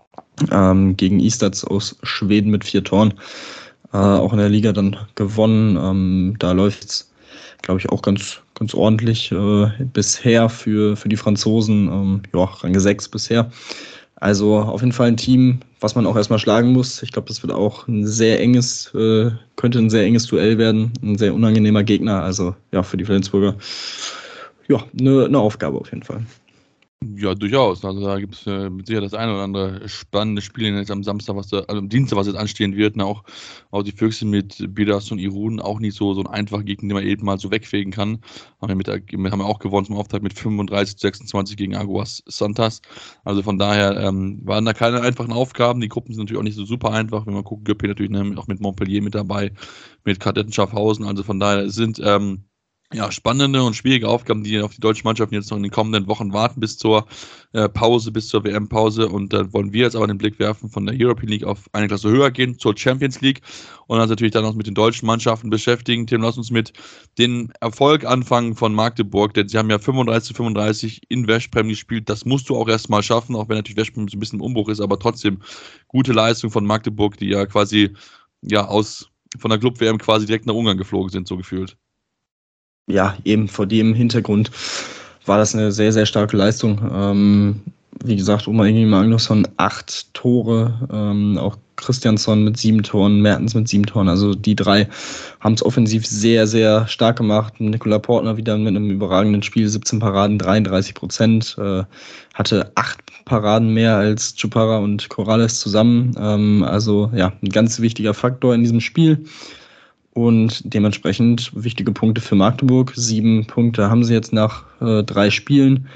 Ähm, gegen Istats aus Schweden mit vier Toren. Äh, auch in der Liga dann gewonnen. Ähm, da läuft's, glaube ich, auch ganz, ganz ordentlich äh, bisher für, für die Franzosen. Ähm, ja, Rang sechs bisher. Also auf jeden Fall ein Team, was man auch erstmal schlagen muss. Ich glaube, das wird auch ein sehr enges, äh, könnte ein sehr enges Duell werden. Ein sehr unangenehmer Gegner. Also ja, für die Flensburger ja, eine, eine Aufgabe auf jeden Fall. Ja, durchaus. Also da gibt es äh, mit Sicherheit das eine oder andere spannende Spiel jetzt am Samstag, was da, also am Dienstag, was jetzt anstehen wird. Ne? Auch, auch die Füchse mit Bidas und Irun, auch nicht so, so ein einfacher Gegner, den man eben mal so wegfegen kann. Haben wir, mit, haben wir auch gewonnen zum Auftakt mit fünfunddreißig zu sechsundzwanzig gegen Aguas Santas. Also von daher ähm, waren da keine einfachen Aufgaben. Die Gruppen sind natürlich auch nicht so super einfach. Wenn man guckt, Göppingen natürlich ne, auch mit Montpellier mit dabei, mit Kadetten Schaffhausen. Also von daher sind ähm, ja, spannende und schwierige Aufgaben, die auf die deutschen Mannschaften jetzt noch in den kommenden Wochen warten, bis zur äh, Pause, bis zur W M-Pause. Und dann wollen wir jetzt aber den Blick werfen von der European League auf eine Klasse höher gehen, zur Champions League. Und uns natürlich dann auch mit den deutschen Mannschaften beschäftigen. Tim, lass uns mit dem Erfolg anfangen von Magdeburg, denn sie haben ja fünfunddreißig zu fünfunddreißig in Veszprém gespielt. Das musst du auch erstmal schaffen, auch wenn natürlich Veszprém so ein bisschen im Umbruch ist, aber trotzdem gute Leistung von Magdeburg, die ja quasi ja aus von der Club-W M quasi direkt nach Ungarn geflogen sind, so gefühlt. Ja, eben vor dem Hintergrund war das eine sehr, sehr starke Leistung. Ähm, wie gesagt, Oma Ingi Magnusson acht Tore, ähm, auch Christiansson mit sieben Toren, Mertens mit sieben Toren. Also die drei haben es offensiv sehr, sehr stark gemacht. Nikola Portner wieder mit einem überragenden Spiel, siebzehn Paraden, dreiunddreißig Prozent. Äh, hatte acht Paraden mehr als Chupara und Corrales zusammen. Ähm, also ja, ein ganz wichtiger Faktor in diesem Spiel. Und dementsprechend wichtige Punkte für Magdeburg. Sieben Punkte haben sie jetzt nach äh, drei Spielen.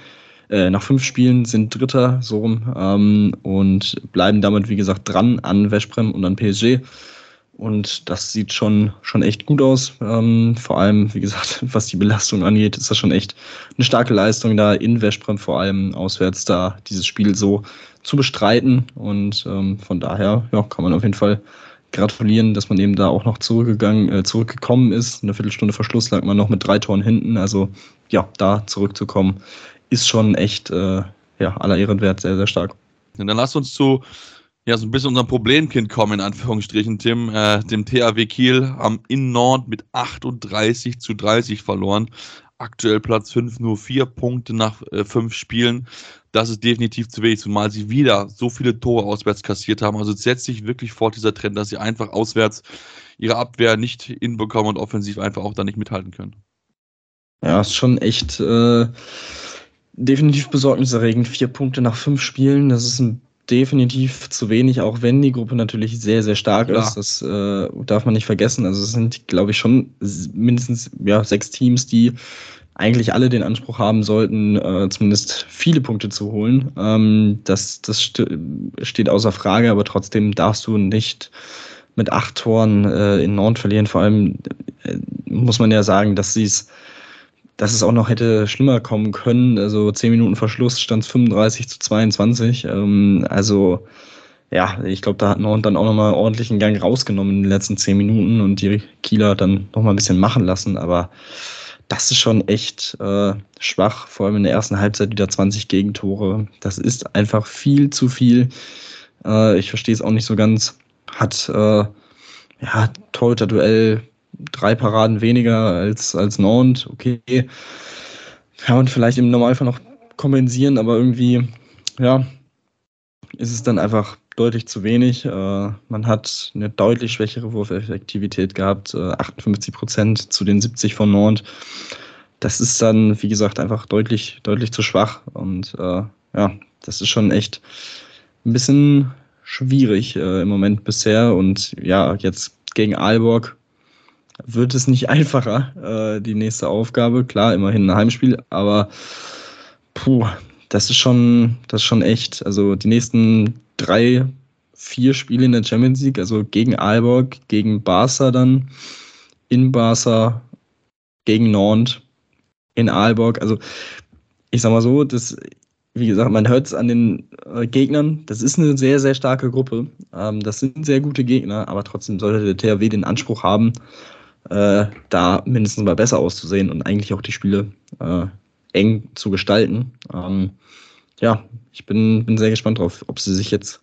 äh, nach fünf Spielen sind Dritter, so rum, ähm, und bleiben damit, wie gesagt, dran an Veszprem und an P S G. Und das sieht schon, schon echt gut aus. Ähm, vor allem, wie gesagt, was die Belastung angeht, ist das schon echt eine starke Leistung, da in Veszprem vor allem auswärts da dieses Spiel so zu bestreiten. Und ähm, von daher ja, kann man auf jeden Fall gratulieren, dass man eben da auch noch zurückgegangen, äh, zurückgekommen ist. Eine Viertelstunde vor Schluss lag man noch mit drei Toren hinten. Also ja, da zurückzukommen, ist schon echt äh, ja, aller Ehren wert, sehr, sehr stark. Und dann lass uns zu ja, so ein bisschen unserem Problemkind kommen, in Anführungsstrichen, Tim. Äh, dem T H W Kiel haben in Nantes mit achtunddreißig zu dreißig verloren. Aktuell Platz fünf, nur vier Punkte nach äh, fünf Spielen. Das ist definitiv zu wenig, zumal sie wieder so viele Tore auswärts kassiert haben. Also es setzt sich wirklich fort, dieser Trend, dass sie einfach auswärts ihre Abwehr nicht hinbekommen und offensiv einfach auch da nicht mithalten können. Ja, ist schon echt äh, definitiv besorgniserregend. Vier Punkte nach fünf Spielen, das ist ein definitiv zu wenig, auch wenn die Gruppe natürlich sehr, sehr stark Klar. ist. Das äh, darf man nicht vergessen. Also es sind, glaube ich, schon mindestens ja, sechs Teams, die eigentlich alle den Anspruch haben sollten, äh, zumindest viele Punkte zu holen. Ähm, das das st- steht außer Frage, aber trotzdem darfst du nicht mit acht Toren äh, in Nantes verlieren. Vor allem äh, muss man ja sagen, dass sie es dass es auch noch hätte schlimmer kommen können. Also zehn Minuten vor Schluss stand es fünfunddreißig zu zweiundzwanzig. Ähm, also ja, ich glaube, da hat Nantes dann auch nochmal ordentlich einen Gang rausgenommen in den letzten zehn Minuten und die Kieler dann nochmal ein bisschen machen lassen. Aber das ist schon echt äh, schwach, vor allem in der ersten Halbzeit wieder zwanzig Gegentore. Das ist einfach viel zu viel. Äh, ich verstehe es auch nicht so ganz. Hat äh, ja Torhüter-Duell drei Paraden weniger als, als Nantes, okay. Kann man vielleicht im Normalfall noch kompensieren, aber irgendwie, ja, ist es dann einfach deutlich zu wenig. Äh, man hat eine deutlich schwächere Wurfeffektivität gehabt, äh, achtundfünfzig Prozent zu den siebzig von Nantes. Das ist dann, wie gesagt, einfach deutlich, deutlich zu schwach. Und äh, ja, das ist schon echt ein bisschen schwierig äh, im Moment bisher. Und ja, jetzt gegen Aalborg wird es nicht einfacher, äh, die nächste Aufgabe. Klar, immerhin ein Heimspiel, aber puh, das ist schon, das ist schon echt. Also die nächsten drei, vier Spiele in der Champions League, also gegen Aalborg, gegen Barca dann, in Barca, gegen Nantes, in Aalborg. Also ich sag mal so, das, wie gesagt, man hört es an den äh, Gegnern, das ist eine sehr, sehr starke Gruppe. Ähm, das sind sehr gute Gegner, aber trotzdem sollte der T H W den Anspruch haben, Äh, da mindestens mal besser auszusehen und eigentlich auch die Spiele äh, eng zu gestalten. Ähm, ja, ich bin, bin sehr gespannt drauf, ob sie sich jetzt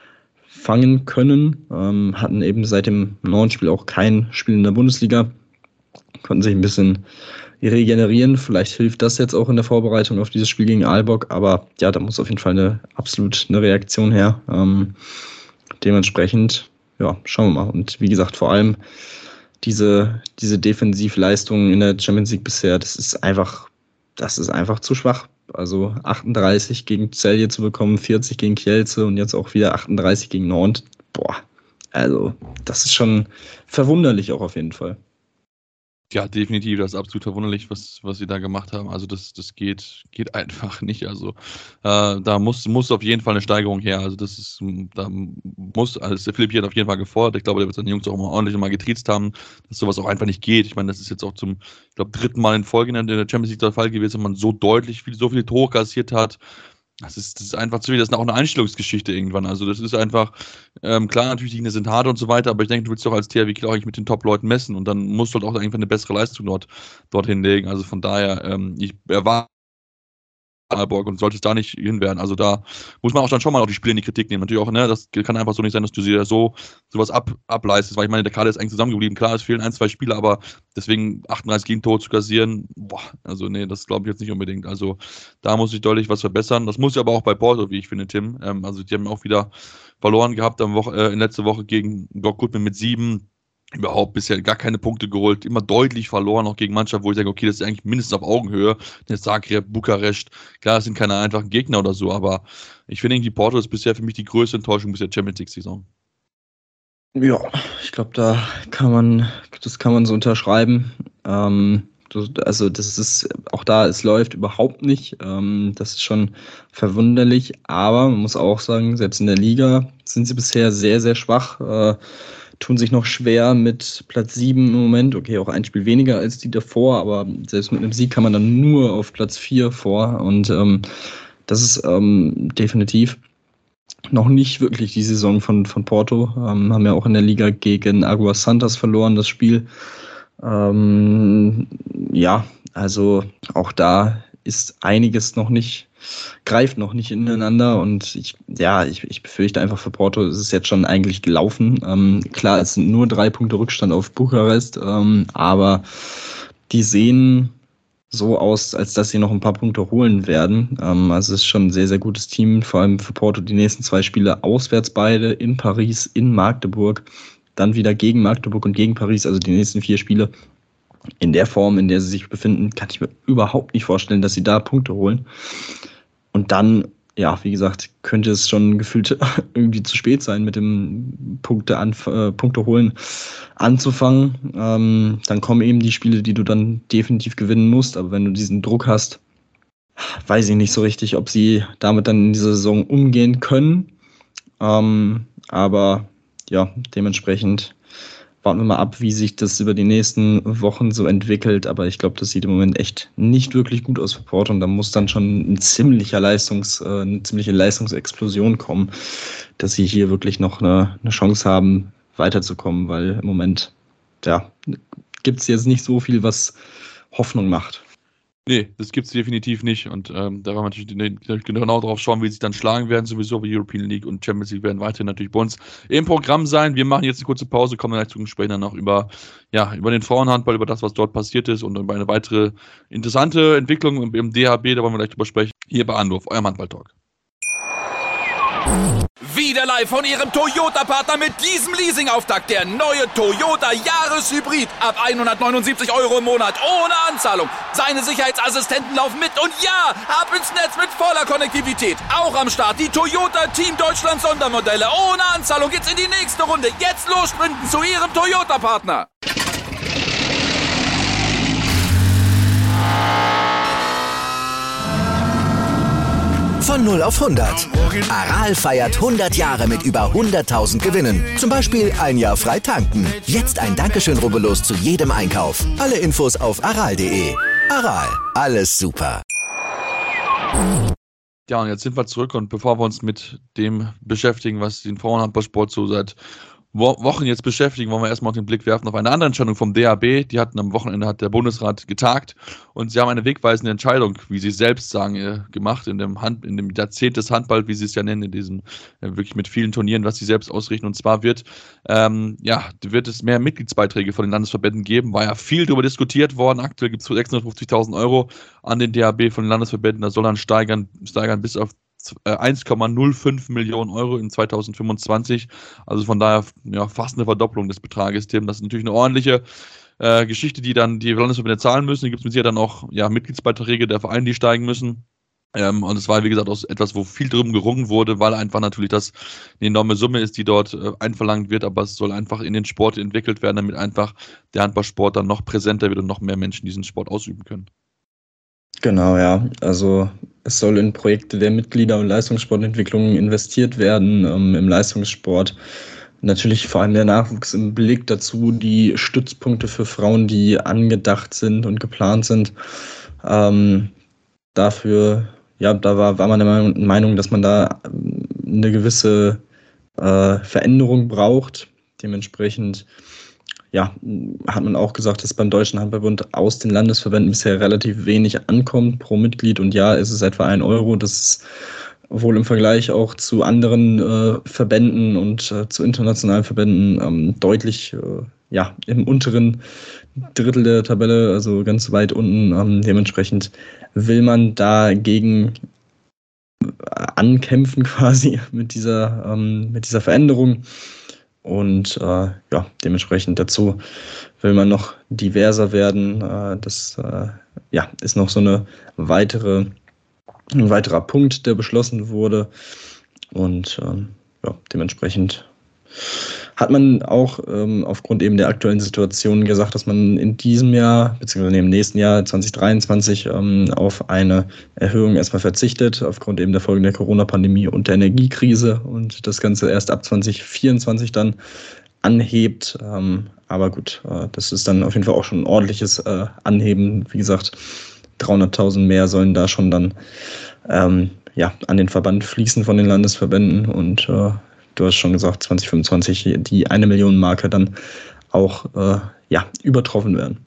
fangen können. Ähm, hatten eben seit dem neuen Spiel auch kein Spiel in der Bundesliga, konnten sich ein bisschen regenerieren. Vielleicht hilft das jetzt auch in der Vorbereitung auf dieses Spiel gegen Aalborg, aber ja, da muss auf jeden Fall eine absolut eine Reaktion her. Ähm, dementsprechend, ja, schauen wir mal. Und wie gesagt, vor allem Diese, diese Defensivleistung in der Champions League bisher, das ist einfach, das ist einfach zu schwach. Also achtunddreißig gegen Celje zu bekommen, vierzig gegen Kielce und jetzt auch wieder achtunddreißig gegen Nantes. Boah, also das ist schon verwunderlich auch auf jeden Fall. Ja, definitiv, das ist absolut verwunderlich, was, was sie da gemacht haben. Also das, das geht, geht einfach nicht. Also äh, da muss, muss auf jeden Fall eine Steigerung her. Also das ist, da muss, also der Philipp hier hat auf jeden Fall gefordert. Ich glaube, der wird seine Jungs auch mal ordentlich mal getriezt haben, dass sowas auch einfach nicht geht. Ich meine, das ist jetzt auch zum, ich glaube, dritten Mal in Folge in der Champions League der Fall gewesen, wenn man so deutlich viel, so viele Tore kassiert hat. Das ist, das ist einfach zu viel, das ist auch eine Einstellungsgeschichte irgendwann. Also das ist einfach, ähm, klar, natürlich, die Gegner sind hart und so weiter, aber ich denke, du willst doch als T H W Kiel auch eigentlich mit den Top-Leuten messen und dann musst du halt auch einfach eine bessere Leistung dort, dort hinlegen. Also von daher, ähm, ich erwarte Aalborg und sollte es da nicht hin werden. Also da muss man auch dann schon mal auf die Spiele in die Kritik nehmen. Natürlich auch, ne, das kann einfach so nicht sein, dass du sie so sowas ab, ableistest, weil ich meine, der Kader ist eigentlich zusammengeblieben. Klar, es fehlen ein, zwei Spiele, aber deswegen achtunddreißig Gegentore zu kassieren, boah, also nee, das glaube ich jetzt nicht unbedingt. Also da muss sich deutlich was verbessern. Das muss ich aber auch bei Porto, wie ich finde, Tim. Ähm, also die haben auch wieder verloren gehabt am Woche, äh, in letzter Woche gegen Block Goodman mit sieben. Überhaupt bisher gar keine Punkte geholt, immer deutlich verloren, auch gegen Mannschaft, wo ich sage, okay, das ist eigentlich mindestens auf Augenhöhe. Der Zagreb, Bukarest, klar, das sind keine einfachen Gegner oder so, aber ich finde irgendwie Porto ist bisher für mich die größte Enttäuschung bis der Champions League-Saison. Ja, ich glaube, da kann man, das kann man so unterschreiben. Ähm, Also das ist, auch da, es läuft überhaupt nicht. Ähm, das ist schon verwunderlich, aber man muss auch sagen, selbst in der Liga sind sie bisher sehr, sehr schwach, äh, tun sich noch schwer mit Platz sieben im Moment. Okay, auch ein Spiel weniger als die davor, aber selbst mit einem Sieg kann man dann nur auf Platz vier vor und ähm, das ist ähm, definitiv noch nicht wirklich die Saison von, von Porto. Ähm, haben ja auch in der Liga gegen Águas Santas verloren, das Spiel. Ähm, ja, also auch da ist einiges noch nicht, greift noch nicht ineinander und ich, ja, ich, ich befürchte einfach für Porto, es ist jetzt schon eigentlich gelaufen. Ähm, klar, es sind nur drei Punkte Rückstand auf Bukarest, ähm, aber die sehen so aus, als dass sie noch ein paar Punkte holen werden. Ähm, also es ist schon ein sehr, sehr gutes Team, vor allem für Porto die nächsten zwei Spiele auswärts beide, in Paris, in Magdeburg, dann wieder gegen Magdeburg und gegen Paris, also die nächsten vier Spiele. In der Form, in der sie sich befinden, kann ich mir überhaupt nicht vorstellen, dass sie da Punkte holen. Und dann, ja, wie gesagt, könnte es schon gefühlt irgendwie zu spät sein, mit dem Punkte, anf- äh, Punkte holen anzufangen. Ähm, dann kommen eben die Spiele, die du dann definitiv gewinnen musst. Aber wenn du diesen Druck hast, weiß ich nicht so richtig, ob sie damit dann in dieser Saison umgehen können. Ähm, aber ja, dementsprechend warten wir mal ab, wie sich das über die nächsten Wochen so entwickelt. Aber ich glaube, das sieht im Moment echt nicht wirklich gut aus für Porto. Und da muss dann schon ein ziemlicher Leistungs, äh, eine ziemliche Leistungsexplosion kommen, dass sie hier wirklich noch eine, eine Chance haben, weiterzukommen. Weil im Moment, ja, gibt es jetzt nicht so viel, was Hoffnung macht. Nee, das gibt es definitiv nicht. Und ähm, da werden wir natürlich genau drauf schauen, wie sie sich dann schlagen werden. Sowieso wie European League und Champions League werden weiterhin natürlich bei uns im Programm sein. Wir machen jetzt eine kurze Pause, kommen dann gleich sprechen dann noch über, ja, über den Frauenhandball, über das, was dort passiert ist und über eine weitere interessante Entwicklung im, im D H B. Da wollen wir gleich drüber sprechen. Hier bei Anruf, eurem Handball-Talk. Wieder live von Ihrem Toyota-Partner mit diesem Leasing-Auftakt. Der neue Toyota Jahreshybrid. Ab hundertneunundsiebzig Euro im Monat. Ohne Anzahlung. Seine Sicherheitsassistenten laufen mit. Und ja, ab ins Netz mit voller Konnektivität. Auch am Start die Toyota Team Deutschland Sondermodelle. Ohne Anzahlung geht's in die nächste Runde. Jetzt los sprinten zu Ihrem Toyota-Partner. Von null auf hundert. Aral feiert hundert Jahre mit über hunderttausend Gewinnen. Zum Beispiel ein Jahr frei tanken. Jetzt ein Dankeschön, rubbellos zu jedem Einkauf. Alle Infos auf aral punkt de. Aral, alles super. Ja, und jetzt sind wir zurück und bevor wir uns mit dem beschäftigen, was den Frauenhandballsport so seit Wochen jetzt beschäftigen, wollen wir erstmal den Blick werfen auf eine andere Entscheidung vom D H B. Die hatten am Wochenende hat der Bundesrat getagt und sie haben eine wegweisende Entscheidung, wie sie selbst sagen, gemacht in dem Hand, in dem Jahrzehnt des Handball, wie sie es ja nennen, in diesen wirklich mit vielen Turnieren, was sie selbst ausrichten. Und zwar wird ähm, ja wird es mehr Mitgliedsbeiträge von den Landesverbänden geben. War ja viel darüber diskutiert worden. Aktuell gibt es sechshundertfünfzigtausend Euro an den D H B von den Landesverbänden. Das soll dann steigern, steigern bis auf eins Komma null fünf Millionen Euro in zweitausendfünfundzwanzig. Also von daher ja, fast eine Verdopplung des Betrages. Tim, das ist natürlich eine ordentliche äh, Geschichte, die dann die Landesverbände zahlen müssen. Da gibt es mit Sicherheit dann auch ja, Mitgliedsbeiträge der Vereine, die steigen müssen. Ähm, und es war, wie gesagt, auch etwas, wo viel drum gerungen wurde, weil einfach natürlich das eine enorme Summe ist, die dort äh, einverlangt wird. Aber es soll einfach in den Sport entwickelt werden, damit einfach der Handballsport dann noch präsenter wird und noch mehr Menschen diesen Sport ausüben können. Genau, ja. Also es soll in Projekte der Mitglieder- und Leistungssportentwicklung investiert werden, ähm, im Leistungssport. Natürlich vor allem der Nachwuchs im Blick, dazu die Stützpunkte für Frauen, die angedacht sind und geplant sind. Ähm, dafür, ja, da war, war man der Meinung, dass man da eine gewisse äh, Veränderung braucht. Dementsprechend ja, hat man auch gesagt, dass beim Deutschen Handballbund aus den Landesverbänden bisher relativ wenig ankommt pro Mitglied. Und ja, ist es etwa ein Euro. Das ist wohl im Vergleich auch zu anderen äh, Verbänden und äh, zu internationalen Verbänden ähm, deutlich äh, ja, im unteren Drittel der Tabelle, also ganz weit unten. Ähm, dementsprechend will man dagegen ankämpfen quasi mit dieser, ähm, mit dieser Veränderung. Und äh, ja, dementsprechend dazu will man noch diverser werden. Äh, das äh, ja, ist noch so eine weitere, ein weiterer Punkt, der beschlossen wurde. Und ähm, ja, dementsprechend hat man auch ähm, aufgrund eben der aktuellen Situation gesagt, dass man in diesem Jahr, beziehungsweise im nächsten Jahr zwanzig dreiundzwanzig, ähm, auf eine Erhöhung erstmal verzichtet, aufgrund eben der Folgen der Corona-Pandemie und der Energiekrise und das Ganze erst ab zwanzig vierundzwanzig dann anhebt. Ähm, aber gut, äh, das ist dann auf jeden Fall auch schon ein ordentliches äh, Anheben. Wie gesagt, dreihunderttausend mehr sollen da schon dann ähm, ja, an den Verband fließen von den Landesverbänden und äh, du hast schon gesagt, zwanzig fünfundzwanzig die eine Million Marke dann auch äh, ja, übertroffen werden.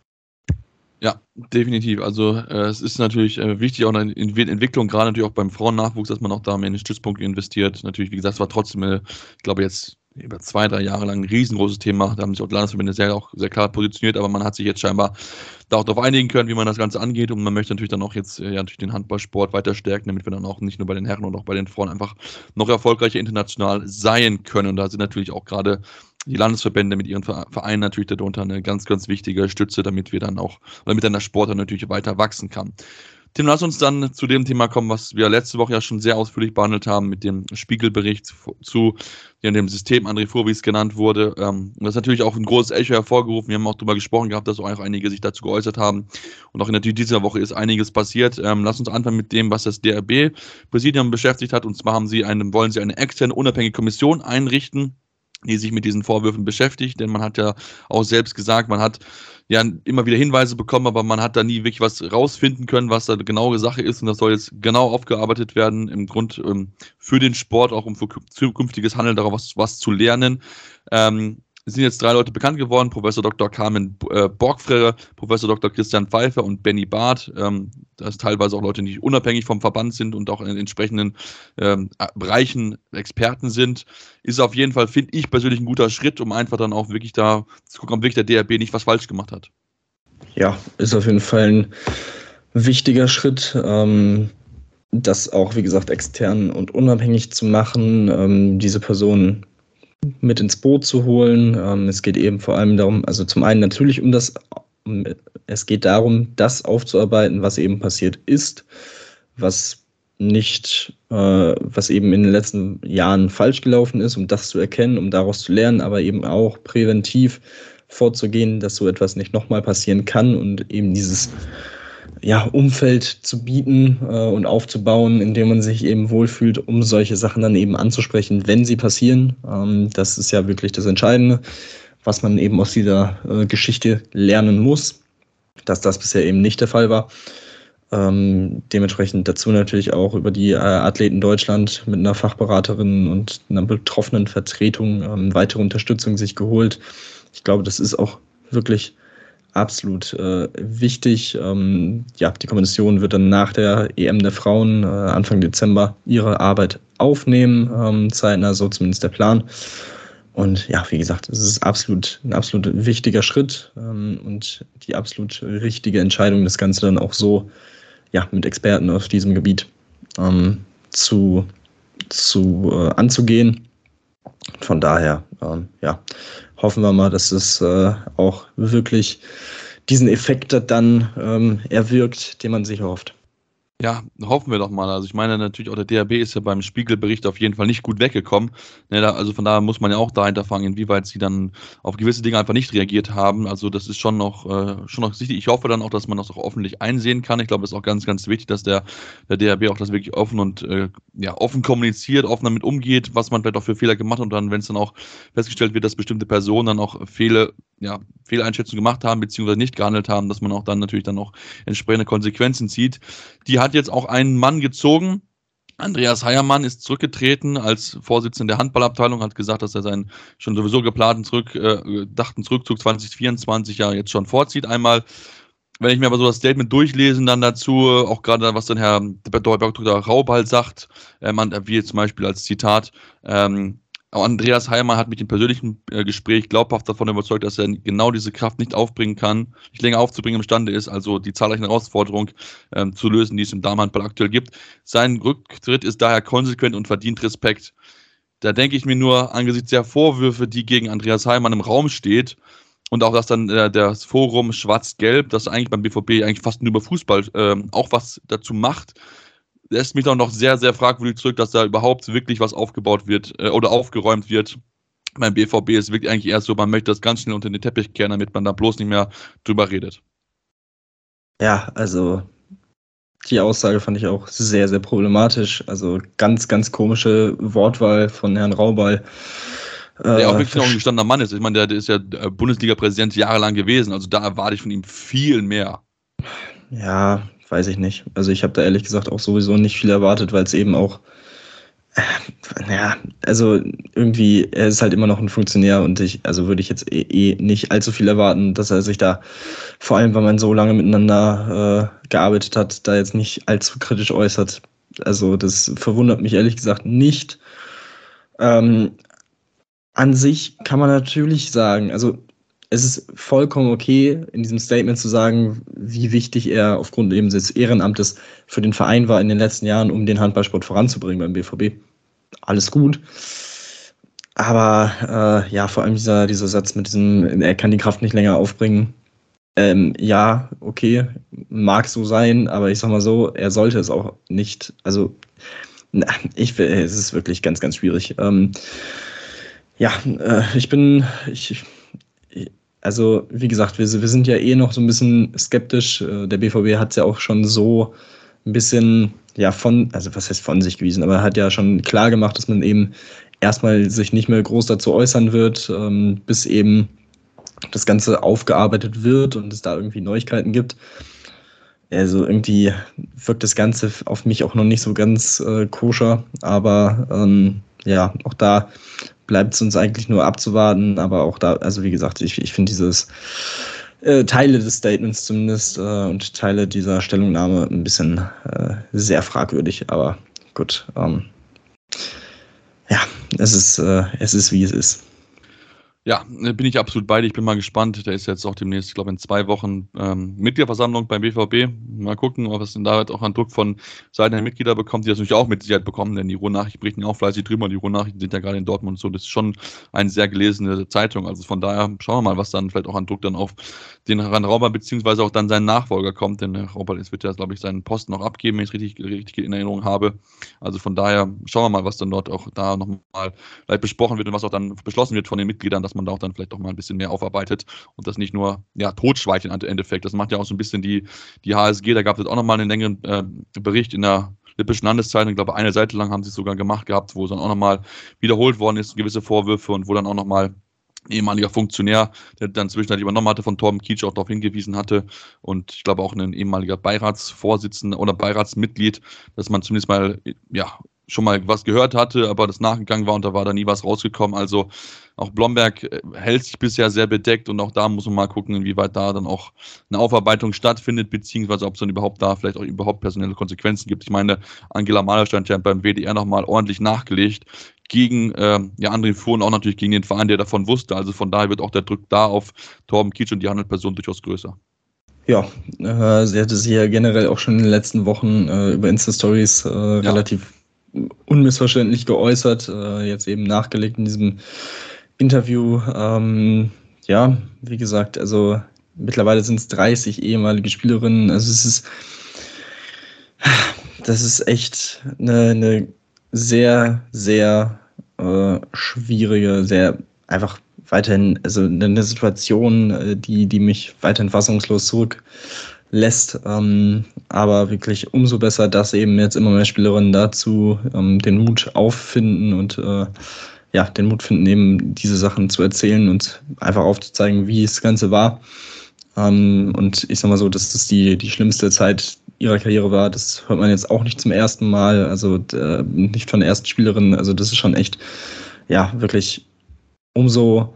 Ja, definitiv. Also äh, es ist natürlich äh, wichtig, auch eine Entwicklung, gerade natürlich auch beim Frauennachwuchs, dass man auch da mehr in den Stützpunkt investiert. Natürlich, wie gesagt, es war trotzdem, äh, ich glaube jetzt über zwei, drei Jahre lang ein riesengroßes Thema. Da haben sich auch die Landesverbände sehr, auch sehr klar positioniert, aber man hat sich jetzt scheinbar da auch darauf einigen können, wie man das Ganze angeht. Und man möchte natürlich dann auch jetzt äh, ja, natürlich den Handballsport weiter stärken, damit wir dann auch nicht nur bei den Herren und auch bei den Frauen einfach noch erfolgreicher international sein können. Und da sind natürlich auch gerade die Landesverbände mit ihren Vereinen natürlich darunter eine ganz, ganz wichtige Stütze, damit wir dann auch, oder damit dann der Sport dann natürlich weiter wachsen kann. Tim, lass uns dann zu dem Thema kommen, was wir letzte Woche ja schon sehr ausführlich behandelt haben, mit dem Spiegelbericht zu ja, dem System André Fuhr, wie es genannt wurde. Ähm, das ist natürlich auch ein großes Echo hervorgerufen. Wir haben auch darüber gesprochen gehabt, dass auch einige sich dazu geäußert haben. Und auch in natürlich dieser Woche ist einiges passiert. Ähm, lass uns anfangen mit dem, was das D R B-Präsidium beschäftigt hat. Und zwar haben sie eine, wollen sie eine externe, unabhängige Kommission einrichten, die sich mit diesen Vorwürfen beschäftigt, denn man hat ja auch selbst gesagt, man hat ja immer wieder Hinweise bekommen, aber man hat da nie wirklich was rausfinden können, was da eine genaue Sache ist, und das soll jetzt genau aufgearbeitet werden, im Grund ähm, für den Sport, auch um für zukünftiges Handeln darauf was, was zu lernen. Ähm, Es sind jetzt drei Leute bekannt geworden, Professor Doktor Carmen äh, Borgfrere, Professor Doktor Christian Pfeiffer und Benny Barth. Ähm, das ist teilweise auch Leute, die unabhängig vom Verband sind und auch in entsprechenden ähm, Bereichen Experten sind. Ist auf jeden Fall, finde ich persönlich, ein guter Schritt, um einfach dann auch wirklich da zu gucken, ob wirklich der D R B nicht was falsch gemacht hat. Ja, ist auf jeden Fall ein wichtiger Schritt, ähm, das auch, wie gesagt, extern und unabhängig zu machen, ähm, diese Personen mit ins Boot zu holen. Ähm, es geht eben vor allem darum, also zum einen natürlich um das, um, es geht darum, das aufzuarbeiten, was eben passiert ist, was nicht, äh, was eben in den letzten Jahren falsch gelaufen ist, um das zu erkennen, um daraus zu lernen, aber eben auch präventiv vorzugehen, dass so etwas nicht nochmal passieren kann und eben dieses ja, Umfeld zu bieten äh, und aufzubauen, in dem man sich eben wohlfühlt, um solche Sachen dann eben anzusprechen, wenn sie passieren. Ähm, das ist ja wirklich das Entscheidende, was man eben aus dieser äh, Geschichte lernen muss, dass das bisher eben nicht der Fall war. Ähm, dementsprechend dazu natürlich auch über die äh, Athleten Deutschland mit einer Fachberaterin und einer betroffenen Vertretung ähm, weitere Unterstützung sich geholt. Ich glaube, das ist auch wirklich absolut äh, wichtig. Ähm, ja, die Kommission wird dann nach der E M der Frauen äh, Anfang Dezember ihre Arbeit aufnehmen, ähm, zeitnah, so zumindest der Plan. Und ja, wie gesagt, es ist absolut ein absolut wichtiger Schritt ähm, und die absolut richtige Entscheidung, das Ganze dann auch so ja, mit Experten auf diesem Gebiet ähm, zu, zu äh, anzugehen. Von daher, ähm, ja, hoffen wir mal, dass es äh, auch wirklich diesen Effekt dann ähm, erwirkt, den man sich erhofft. Ja, hoffen wir doch mal. Also ich meine natürlich auch, der D R B ist ja beim Spiegelbericht auf jeden Fall nicht gut weggekommen. Ne, da, also von daher muss man ja auch dahinter fragen, inwieweit sie dann auf gewisse Dinge einfach nicht reagiert haben. Also das ist schon noch, äh, schon noch wichtig. Ich hoffe dann auch, dass man das auch öffentlich einsehen kann. Ich glaube, es ist auch ganz, ganz wichtig, dass der, der D R B auch das wirklich offen und äh, ja, offen kommuniziert, offen damit umgeht, was man vielleicht auch für Fehler gemacht hat. Und dann, wenn es dann auch festgestellt wird, dass bestimmte Personen dann auch Fehler, ja, Fehleinschätzungen gemacht haben, beziehungsweise nicht gehandelt haben, dass man auch dann natürlich dann auch entsprechende Konsequenzen zieht. Die hat jetzt auch einen Mann gezogen. Andreas Heiermann ist zurückgetreten als Vorsitzender der Handballabteilung, hat gesagt, dass er seinen schon sowieso geplanten zurück, äh, dachten Zurückzug zwanzig vierundzwanzig ja jetzt schon vorzieht einmal. Wenn ich mir aber so das Statement durchlesen dann dazu, auch gerade was dann Herr Doktor Raubal sagt, äh, man, wie zum Beispiel als Zitat, ähm, Andreas Heiermann hat mit dem persönlichen äh, Gespräch glaubhaft davon überzeugt, dass er genau diese Kraft nicht aufbringen kann, nicht länger aufzubringen imstande ist, also die zahlreichen Herausforderungen ähm, zu lösen, die es im Damenhandball aktuell gibt. Sein Rücktritt ist daher konsequent und verdient Respekt. Da denke ich mir nur, angesichts der Vorwürfe, die gegen Andreas Heiermann im Raum steht, und auch, dass dann äh, das Forum Schwarz-Gelb, das eigentlich beim B V B eigentlich fast nur über Fußball äh, auch was dazu macht, lässt mich doch noch sehr, sehr fragwürdig zurück, dass da überhaupt wirklich was aufgebaut wird äh, oder aufgeräumt wird, beim B V B ist es wirklich eigentlich erst so, man möchte das ganz schnell unter den Teppich kehren, damit man da bloß nicht mehr drüber redet. Ja, also die Aussage fand ich auch sehr, sehr problematisch. Also ganz, ganz komische Wortwahl von Herrn Raubal. Der äh, auch wirklich noch ein gestandener Mann ist. Ich meine, der, der ist ja Bundesliga-Präsident jahrelang gewesen. Also da erwarte ich von ihm viel mehr. Ja, weiß ich nicht. Also ich habe da ehrlich gesagt auch sowieso nicht viel erwartet, weil es eben auch ja, also irgendwie, er ist halt immer noch ein Funktionär und ich, also würde ich jetzt eh, eh nicht allzu viel erwarten, dass er sich da, vor allem weil man so lange miteinander äh, gearbeitet hat, da jetzt nicht allzu kritisch äußert. Also das verwundert mich ehrlich gesagt nicht. Ähm, an sich kann man natürlich sagen, also es ist vollkommen okay, in diesem Statement zu sagen, wie wichtig er aufgrund eben des Ehrenamtes für den Verein war in den letzten Jahren, um den Handballsport voranzubringen beim B V B. Alles gut. Aber äh, ja, vor allem dieser, dieser Satz mit diesem, er kann die Kraft nicht länger aufbringen. Ähm, ja, okay, mag so sein, aber ich sag mal so, er sollte es auch nicht. Also, na, ich, es ist wirklich ganz, ganz schwierig. Ähm, ja, äh, ich bin, ich, also wie gesagt, wir, wir sind ja eh noch so ein bisschen skeptisch. Der B V B hat es ja auch schon so ein bisschen, ja, von, also was heißt von sich gewiesen, aber hat ja schon klar gemacht, dass man eben erstmal sich nicht mehr groß dazu äußern wird, ähm, bis eben das Ganze aufgearbeitet wird und es da irgendwie Neuigkeiten gibt. Also irgendwie wirkt das Ganze auf mich auch noch nicht so ganz äh, koscher, aber ähm, ja, auch da bleibt es uns eigentlich nur abzuwarten, aber auch da, also wie gesagt, ich, ich finde dieses äh, Teile des Statements zumindest äh, und Teile dieser Stellungnahme ein bisschen äh, sehr fragwürdig, aber gut, ähm, ja, es ist, äh, es ist wie es ist. Ja, bin ich absolut bei dir. Ich bin mal gespannt. Der ist jetzt auch demnächst, ich glaube in zwei Wochen ähm, Mitgliederversammlung beim B V B. Mal gucken, ob es denn da auch an Druck von Seiten der Mitglieder bekommt, die das natürlich auch mit Sicherheit bekommen, denn die Ruhrnachrichten berichten auch fleißig drüber. Die Ruhrnachrichten sind ja gerade in Dortmund und so. Das ist schon eine sehr gelesene Zeitung. Also von daher schauen wir mal, was dann vielleicht auch an Druck dann auf den Herrn Raubal beziehungsweise auch dann seinen Nachfolger kommt. Denn Herr Raubal wird ja, glaube ich, seinen Posten noch abgeben, wenn ich es richtig, richtig in Erinnerung habe. Also von daher schauen wir mal, was dann dort auch da nochmal vielleicht besprochen wird und was auch dann beschlossen wird von den Mitgliedern, dass man da auch dann vielleicht auch mal ein bisschen mehr aufarbeitet und das nicht nur ja, totschweigt im Endeffekt. Das macht ja auch so ein bisschen die, die H S G. Da gab es auch nochmal einen längeren äh, Bericht in der Lippischen Landeszeitung. Ich glaube, eine Seite lang haben sie es sogar gemacht gehabt, wo es dann auch nochmal wiederholt worden ist, gewisse Vorwürfe und wo dann auch nochmal ehemaliger Funktionär, der dann zwischendurch übernommen hatte, von Torben Kietsch auch darauf hingewiesen hatte und ich glaube auch ein ehemaliger Beiratsvorsitzender oder Beiratsmitglied, dass man zumindest mal ja schon mal was gehört hatte, aber das nachgegangen war und da war da nie was rausgekommen. Also auch Blomberg hält sich bisher sehr bedeckt und auch da muss man mal gucken, inwieweit da dann auch eine Aufarbeitung stattfindet, beziehungsweise ob es dann überhaupt da vielleicht auch überhaupt personelle Konsequenzen gibt. Ich meine, Angela Mahler hat ja beim W D R nochmal ordentlich nachgelegt gegen äh, ja, André Fuhr und auch natürlich gegen den Verein, der davon wusste. Also von daher wird auch der Druck da auf Torben Kietsch und die Handelperson durchaus größer. Ja, äh, sie hatte sich ja generell auch schon in den letzten Wochen äh, über Insta-Stories äh, ja. relativ unmissverständlich geäußert, äh, jetzt eben nachgelegt in diesem Interview. Ähm, ja, wie gesagt, also mittlerweile sind es dreißig ehemalige Spielerinnen. Also es ist, das ist echt eine, eine sehr, sehr äh, schwierige, sehr einfach weiterhin, also eine Situation, die, die mich weiterhin fassungslos zurück lässt, ähm, aber wirklich umso besser, dass eben jetzt immer mehr Spielerinnen dazu ähm, den Mut auffinden und äh, ja, den Mut finden, eben diese Sachen zu erzählen und einfach aufzuzeigen, wie das Ganze war. Ähm, und ich sag mal so, dass das die, die schlimmste Zeit ihrer Karriere war, das hört man jetzt auch nicht zum ersten Mal, also äh, nicht von der ersten Spielerin, also das ist schon echt, ja, wirklich umso,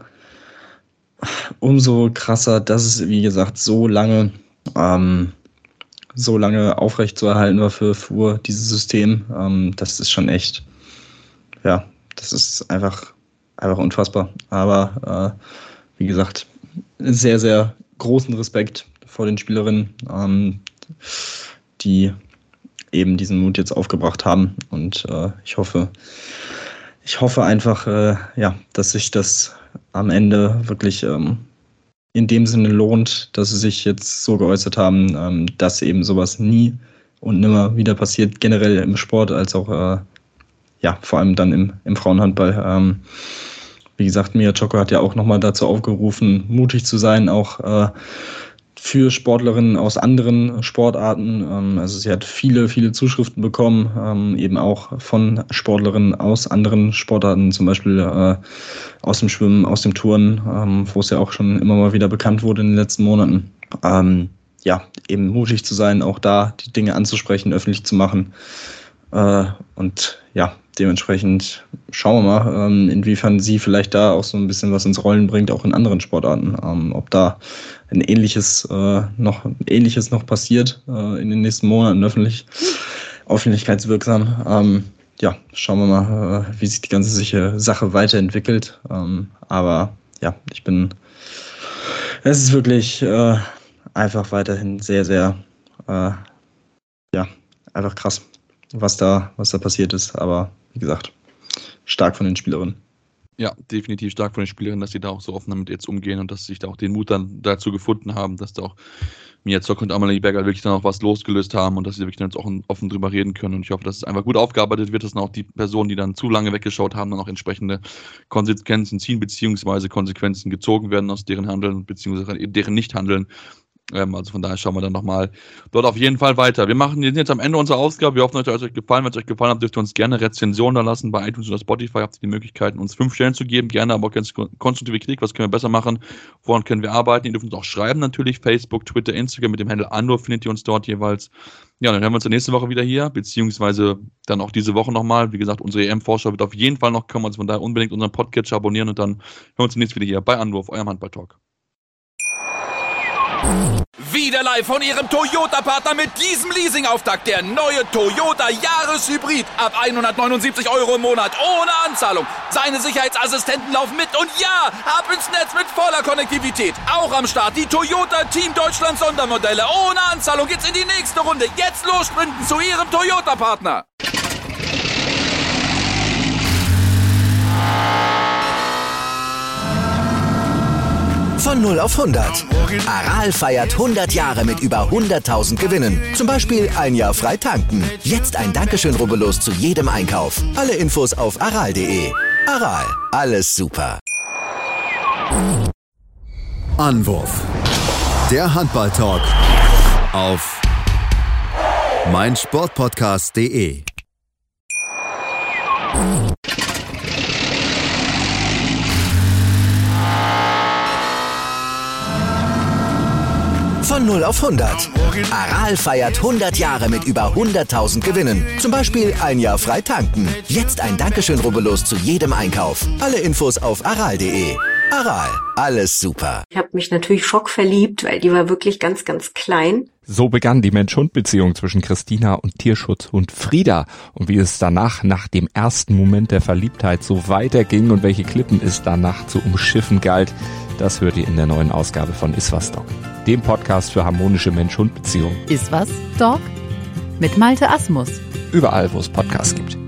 umso krasser, dass es, wie gesagt, so lange Ähm, so lange aufrecht zu erhalten war für Fuhr, dieses System, ähm, das ist schon echt, ja, das ist einfach, einfach unfassbar. Aber äh, wie gesagt, sehr, sehr großen Respekt vor den Spielerinnen, ähm, die eben diesen Mut jetzt aufgebracht haben. Und äh, ich hoffe, ich hoffe einfach, äh, ja, dass sich das am Ende wirklich ähm, in dem Sinne lohnt, dass sie sich jetzt so geäußert haben, ähm, dass eben sowas nie und nimmer wieder passiert, generell im Sport, als auch äh, ja, vor allem dann im, im Frauenhandball. Ähm, wie gesagt, Mia Tschocko hat ja auch nochmal dazu aufgerufen, mutig zu sein, auch äh, für Sportlerinnen aus anderen Sportarten. Ähm, also sie hat viele, viele Zuschriften bekommen, ähm, eben auch von Sportlerinnen aus anderen Sportarten, zum Beispiel äh, aus dem Schwimmen, aus dem Turnen, ähm, wo es ja auch schon immer mal wieder bekannt wurde in den letzten Monaten. Ähm, ja, eben mutig zu sein, auch da die Dinge anzusprechen, öffentlich zu machen. Äh, und ja, dementsprechend schauen wir mal, ähm, inwiefern sie vielleicht da auch so ein bisschen was ins Rollen bringt, auch in anderen Sportarten. Ähm, ob da ein ähnliches, äh, noch, ein ähnliches noch passiert äh, in den nächsten Monaten öffentlich, öffentlichkeitswirksam. Ähm, ja, schauen wir mal, äh, wie sich die ganze Sache weiterentwickelt. Ähm, aber ja, ich bin, es ist wirklich äh, einfach weiterhin sehr, sehr, äh, ja, einfach krass, was da, was da passiert ist. Aber wie gesagt, stark von den Spielerinnen. Ja, definitiv stark von den Spielerinnen, dass sie da auch so offen damit jetzt umgehen und dass sie sich da auch den Mut dann dazu gefunden haben, dass da auch Mia Tschocko und Amalie Berger wirklich dann auch was losgelöst haben und dass sie wirklich dann jetzt auch offen drüber reden können. Und ich hoffe, dass es einfach gut aufgearbeitet wird, dass dann auch die Personen, die dann zu lange weggeschaut haben, dann auch entsprechende Konsequenzen ziehen, beziehungsweise Konsequenzen gezogen werden aus deren Handeln, beziehungsweise deren Nichthandeln. Ähm, also von daher schauen wir dann nochmal dort auf jeden Fall weiter. Wir machen wir sind jetzt am Ende unserer Ausgabe. Wir hoffen, es hat euch gefallen. Wenn es euch gefallen hat, dürft ihr uns gerne Rezensionen da lassen. Bei iTunes oder Spotify habt ihr die Möglichkeit, uns fünf Stellen zu geben. Gerne, aber auch ganz konstruktive Kritik. Was können wir besser machen? Woran können wir arbeiten? Ihr dürft uns auch schreiben natürlich. Facebook, Twitter, Instagram mit dem Handle Andor findet ihr uns dort jeweils. Ja, dann hören wir uns nächste Woche wieder hier, beziehungsweise dann auch diese Woche nochmal. Wie gesagt, unsere E M-Vorschau wird auf jeden Fall noch kommen. Also von daher unbedingt unseren Podcatcher abonnieren und dann hören wir uns demnächst wieder hier bei Andor auf eurem Handball-Talk. Wieder live von Ihrem Toyota-Partner mit diesem Leasing-Auftakt. Der neue Toyota Jahreshybrid. Ab hundertneunundsiebzig Euro im Monat. Ohne Anzahlung. Seine Sicherheitsassistenten laufen mit. Und ja, ab ins Netz mit voller Konnektivität. Auch am Start die Toyota Team Deutschland Sondermodelle. Ohne Anzahlung geht's in die nächste Runde. Jetzt los sprinten zu Ihrem Toyota-Partner. Von null auf hundert. Aral feiert hundert Jahre mit über hunderttausend Gewinnen. Zum Beispiel ein Jahr frei tanken. Jetzt ein Dankeschön, rubbellos zu jedem Einkauf. Alle Infos auf aral punkt de. Aral, alles super. Anwurf. Der Handball-Talk auf meinsportpodcast punkt de. Von null auf hundert. Aral feiert hundert Jahre mit über hunderttausend Gewinnen. Zum Beispiel ein Jahr frei tanken. Jetzt ein Dankeschön, rubbellos zu jedem Einkauf. Alle Infos auf aral punkt de. Aral, alles super. Ich habe mich natürlich schockverliebt, weil die war wirklich ganz, ganz klein. So begann die Mensch-Hund-Beziehung zwischen Christina und Tierschutzhund Frieda. Und wie es danach, nach dem ersten Moment der Verliebtheit, so weiterging und welche Klippen es danach zu umschiffen galt, das hört ihr in der neuen Ausgabe von Iswas Dog, dem Podcast für harmonische Mensch-Hund-Beziehungen. Iswas Dog mit Malte Asmus. Überall, wo es Podcasts gibt.